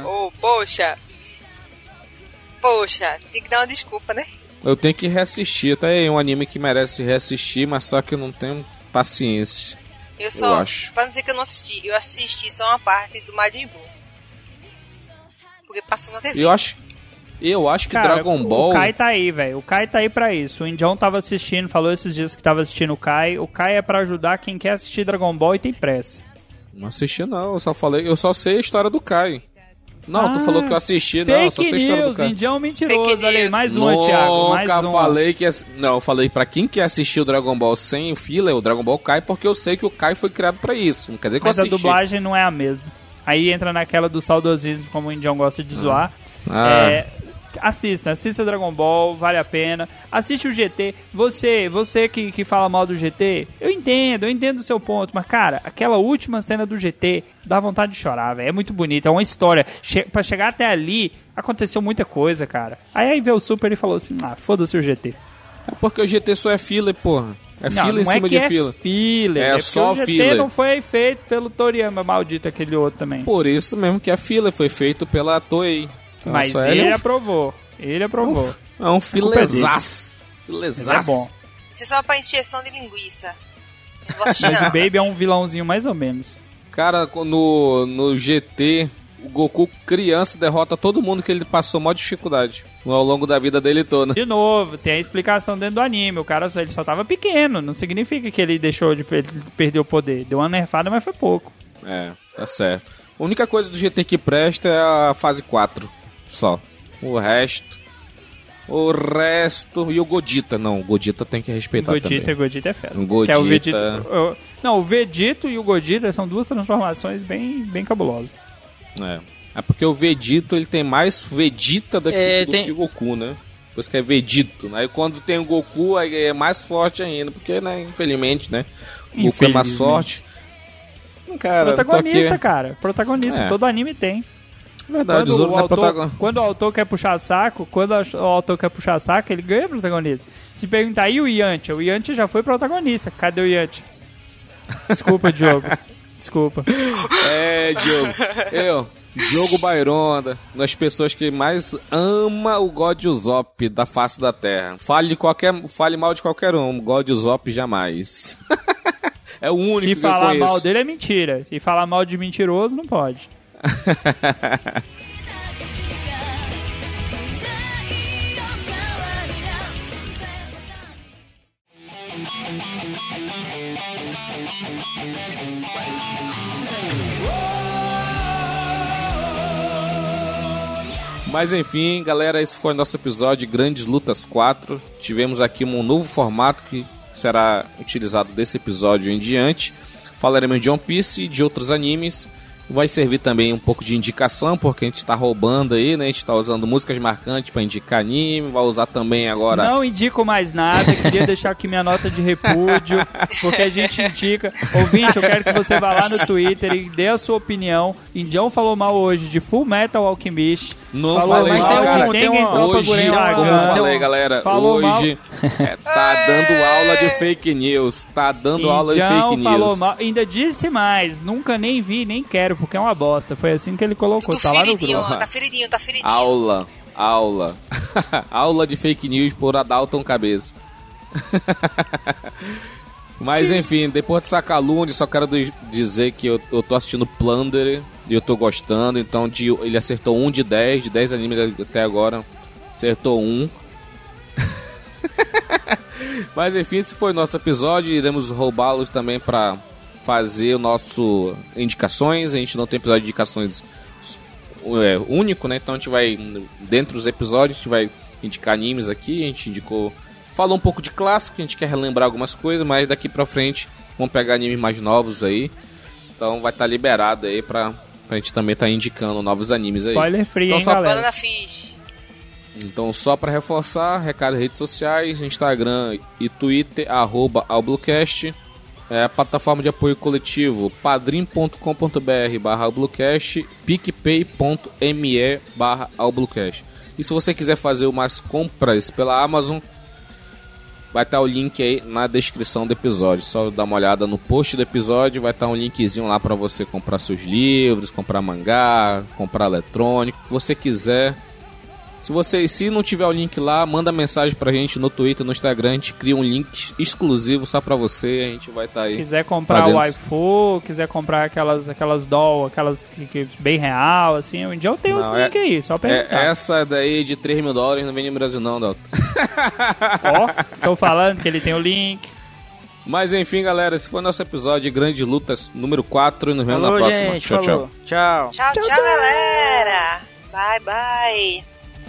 Poxa, tem que dar uma desculpa, né? Eu tenho que reassistir, tá aí um anime que merece reassistir, mas só que eu não tenho paciência. Eu acho. Pra não dizer que eu não assisti, eu assisti só uma parte do Majin Buu. Porque passou na TV. Eu acho que cara, Dragon Ball... O Kai tá aí, velho. O Kai tá aí pra isso. O Indião tava assistindo, falou esses dias que tava assistindo o Kai. O Kai é pra ajudar quem quer assistir Dragon Ball e tem pressa. Não assisti não, eu só sei a história do Kai. Não, tu falou que eu assisti, não, eu só sei a história do Kai. Indião mentiroso, olha aí, mais um, Thiago, mais um. Falei que... Não, eu falei pra quem quer assistir o Dragon Ball sem fila, o Dragon Ball Kai, porque eu sei que o Kai foi criado pra isso. Não quer dizer que eu assisti. Mas a dublagem não é a mesma. Aí entra naquela do saudosismo, como o Indião gosta de zoar. Assista Dragon Ball, vale a pena. Assiste o GT. Você que fala mal do GT, eu entendo o seu ponto, mas cara, aquela última cena do GT dá vontade de chorar, velho. É muito bonita, é uma história. Pra chegar até ali, aconteceu muita coisa, cara. Aí veio o Super e falou assim: foda-se o GT. É porque o GT só é filler, porra. É filler em cima de filler. É só filler. O GT não foi feito pelo Toriyama, maldito aquele outro também. Por isso mesmo que é filler, foi feito pela Toei. Então, mas ele aprovou. É um filezaço. É bom. Isso é só pra encheção de linguiça. Eu não vou assistir, mas não. o Baby é um vilãozinho mais ou menos. Cara, no GT, o Goku criança derrota todo mundo que ele passou maior dificuldade ao longo da vida dele toda. De novo, tem a explicação dentro do anime. O cara ele só tava pequeno. Não significa que ele deixou de perder o poder. Deu uma nerfada, mas foi pouco. É, tá certo. A única coisa do GT que presta é a fase 4. Só. O resto... E o Godita. Não, o Godita tem que respeitar também. Godita é fera. O Godita... Que é o Vegeta... Não, o Vegito e o Godita são duas transformações bem cabulosas. É porque o Vegito, ele tem mais Vegeta do que o Goku, né? Por isso que é Vegito. Aí quando tem o Goku, aí é mais forte ainda. Porque, né, infelizmente, né? O Goku é mais forte. Cara, protagonista, cara. Protagonista. Todo anime tem. Verdade, quando o autor quer puxar saco, ele ganha protagonista. Se perguntar aí o Yantia já foi protagonista. Cadê o Yantia? Desculpa, Diogo. Desculpa. Diogo. Diogo Baironda, uma das pessoas que mais ama o God Usopp da face da Terra. Fale mal de qualquer um, God Usopp jamais. É o único que eu conheço. Se falar mal dele é mentira. E falar mal de mentiroso não pode. Mas enfim, galera, esse foi o nosso episódio de Grandes Lutas 4. Tivemos aqui um novo formato que será utilizado desse episódio em diante. Falaremos de One Piece e de outros animes. Vai servir também um pouco de indicação, porque a gente tá roubando aí, né? A gente tá usando músicas marcantes pra indicar anime. Vai usar também agora... Não indico mais nada. Queria deixar aqui minha nota de repúdio, porque a gente indica... Ouvinte, eu quero que você vá lá no Twitter e dê a sua opinião. Indião falou mal hoje de Full Metal Alchemist. Não falou falei, mal cara. de Tengen Toppa Gurren Lagann. Não falei, galera. Falou hoje tá dando aula de fake news. Tá dando aula de fake news. Falou mal. Ainda disse mais. Nunca nem vi, nem quero, porque é uma bosta. Foi assim que ele colocou. Tá lá no grupo. Tá feridinho. Aula. Aula de fake news por Adalton Cabeça. Mas enfim, depois dessa calúnia, só quero dizer que eu tô assistindo Plunder e eu tô gostando. Então ele acertou 1 de 10 animes até agora. Acertou 1. Mas enfim, esse foi o nosso episódio. Iremos roubá-los também pra fazer o nosso indicações. A gente não tem episódio de indicações único, né? Então a gente vai, dentro dos episódios, a gente vai indicar animes aqui. A gente falou um pouco de clássico, a gente quer relembrar algumas coisas, mas daqui pra frente vamos pegar animes mais novos aí. Então vai estar liberado aí pra gente também estar indicando novos animes aí. Spoiler free, então, hein, galera? Então, só para reforçar, recado em redes sociais, Instagram e Twitter, @albluecast. A plataforma de apoio coletivo, padrim.com.br/albluecast, picpay.me/albluecast. E se você quiser fazer umas compras pela Amazon, vai estar o link aí na descrição do episódio. Só dá uma olhada no post do episódio, vai estar um linkzinho lá para você comprar seus livros, comprar mangá, comprar eletrônico, o que você quiser. Se não tiver o link lá, manda mensagem pra gente no Twitter, no Instagram, a gente cria um link exclusivo só pra você, a gente vai estar aí. Quiser comprar o waifu, quiser comprar aquelas doll, aquelas que bem real, assim, um dia eu tenho esse link aí, só perguntar. Essa daí de $3 mil não vem no Brasil não, Dalton. Ó, tô falando que ele tem o link. Mas enfim, galera, esse foi o nosso episódio de Grandes Lutas número 4 e nos vemos na próxima. Gente, tchau. Tchau, galera. Bye, bye.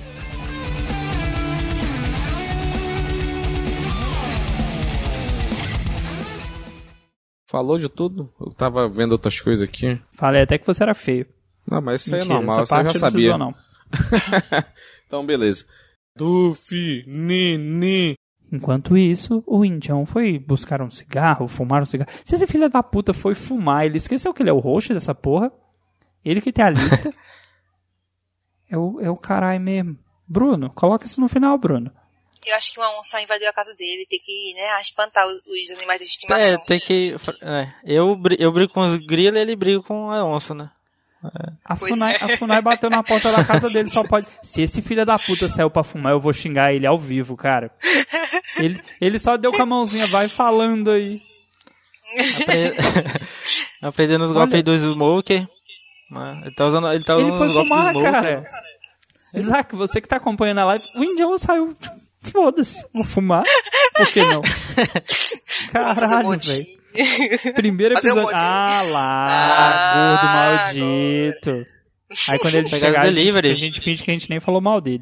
Falou de tudo? Eu tava vendo outras coisas aqui. Falei até que você era feio. Não, mas isso Mentira, aí é normal, essa você já sabia. Não. Então, beleza. Duffy, Nini. Enquanto isso, o Indião foi buscar um cigarro, fumar um cigarro. Se esse filho da puta foi fumar, ele esqueceu que ele é o host dessa porra. Ele que tem a lista. é o caralho mesmo. Bruno, coloca isso no final, Bruno. Eu acho que uma onça invadiu a casa dele, tem que, né, espantar os animais de estimação. Tem que... Eu brigo com os grilos e ele briga com a onça, né? A Funai bateu na porta da casa dele, só pode... Se esse filho da puta saiu pra fumar, eu vou xingar ele ao vivo, cara. Ele só deu com a mãozinha, vai falando aí. Aprendendo os golpes do Smoker. Né? Ele tá usando Ele foi os golpes fumar, do Smoke. cara. Isaac, você que tá acompanhando a live, o Indião saiu. Foda-se, vou fumar. Por que não? Caralho, velho. Primeiro episódio. Ah lá, gordo maldito. Aí quando ele chegar, a gente finge que a gente nem falou mal dele.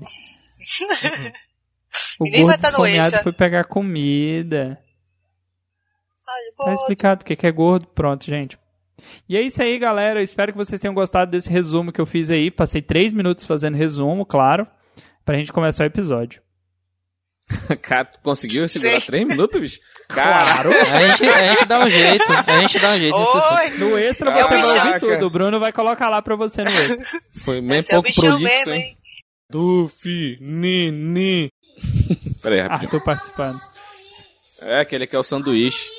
O ninguém vai gordo estar no esfomeado extra. foi pegar comida. Ai, Tá explicado porque que é gordo. Pronto, gente. E é isso aí, galera. Eu espero que vocês tenham gostado desse resumo que eu fiz aí. Passei 3 minutos fazendo resumo, claro, pra gente começar o episódio. Cara, tu conseguiu segurar 3 minutos, bicho? Claro. A gente dá um jeito. Oi! No extra É o você vai bichão. ouvir tudo. O Bruno vai colocar lá pra você no extra. Foi meio Esse é o pouco bichão prolixo, mesmo, hein? hein? Dufi, Nini. Pera aí, rapidinho. Arthur participando. É, aquele que é o sanduíche.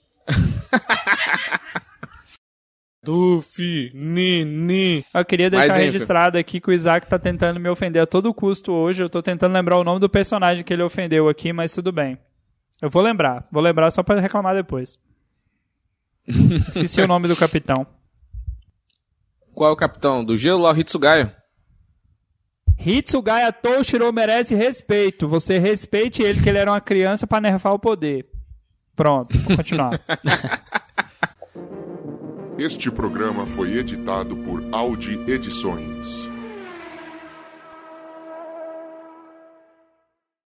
Dufi, Nini. Eu queria deixar Mas, enfim. registrado aqui que o Isaac tá tentando me ofender a todo custo hoje. Eu tô tentando lembrar o nome do personagem que ele ofendeu aqui, mas tudo bem. Eu vou lembrar só pra reclamar depois. Esqueci o nome do capitão. Qual é o capitão? Do gelo lá, o Hitsugaya? Hitsugaya Toshiro merece respeito. Você respeite ele, que ele era uma criança pra nerfar o poder. Pronto, vou continuar. Este programa foi editado por Audi Edições.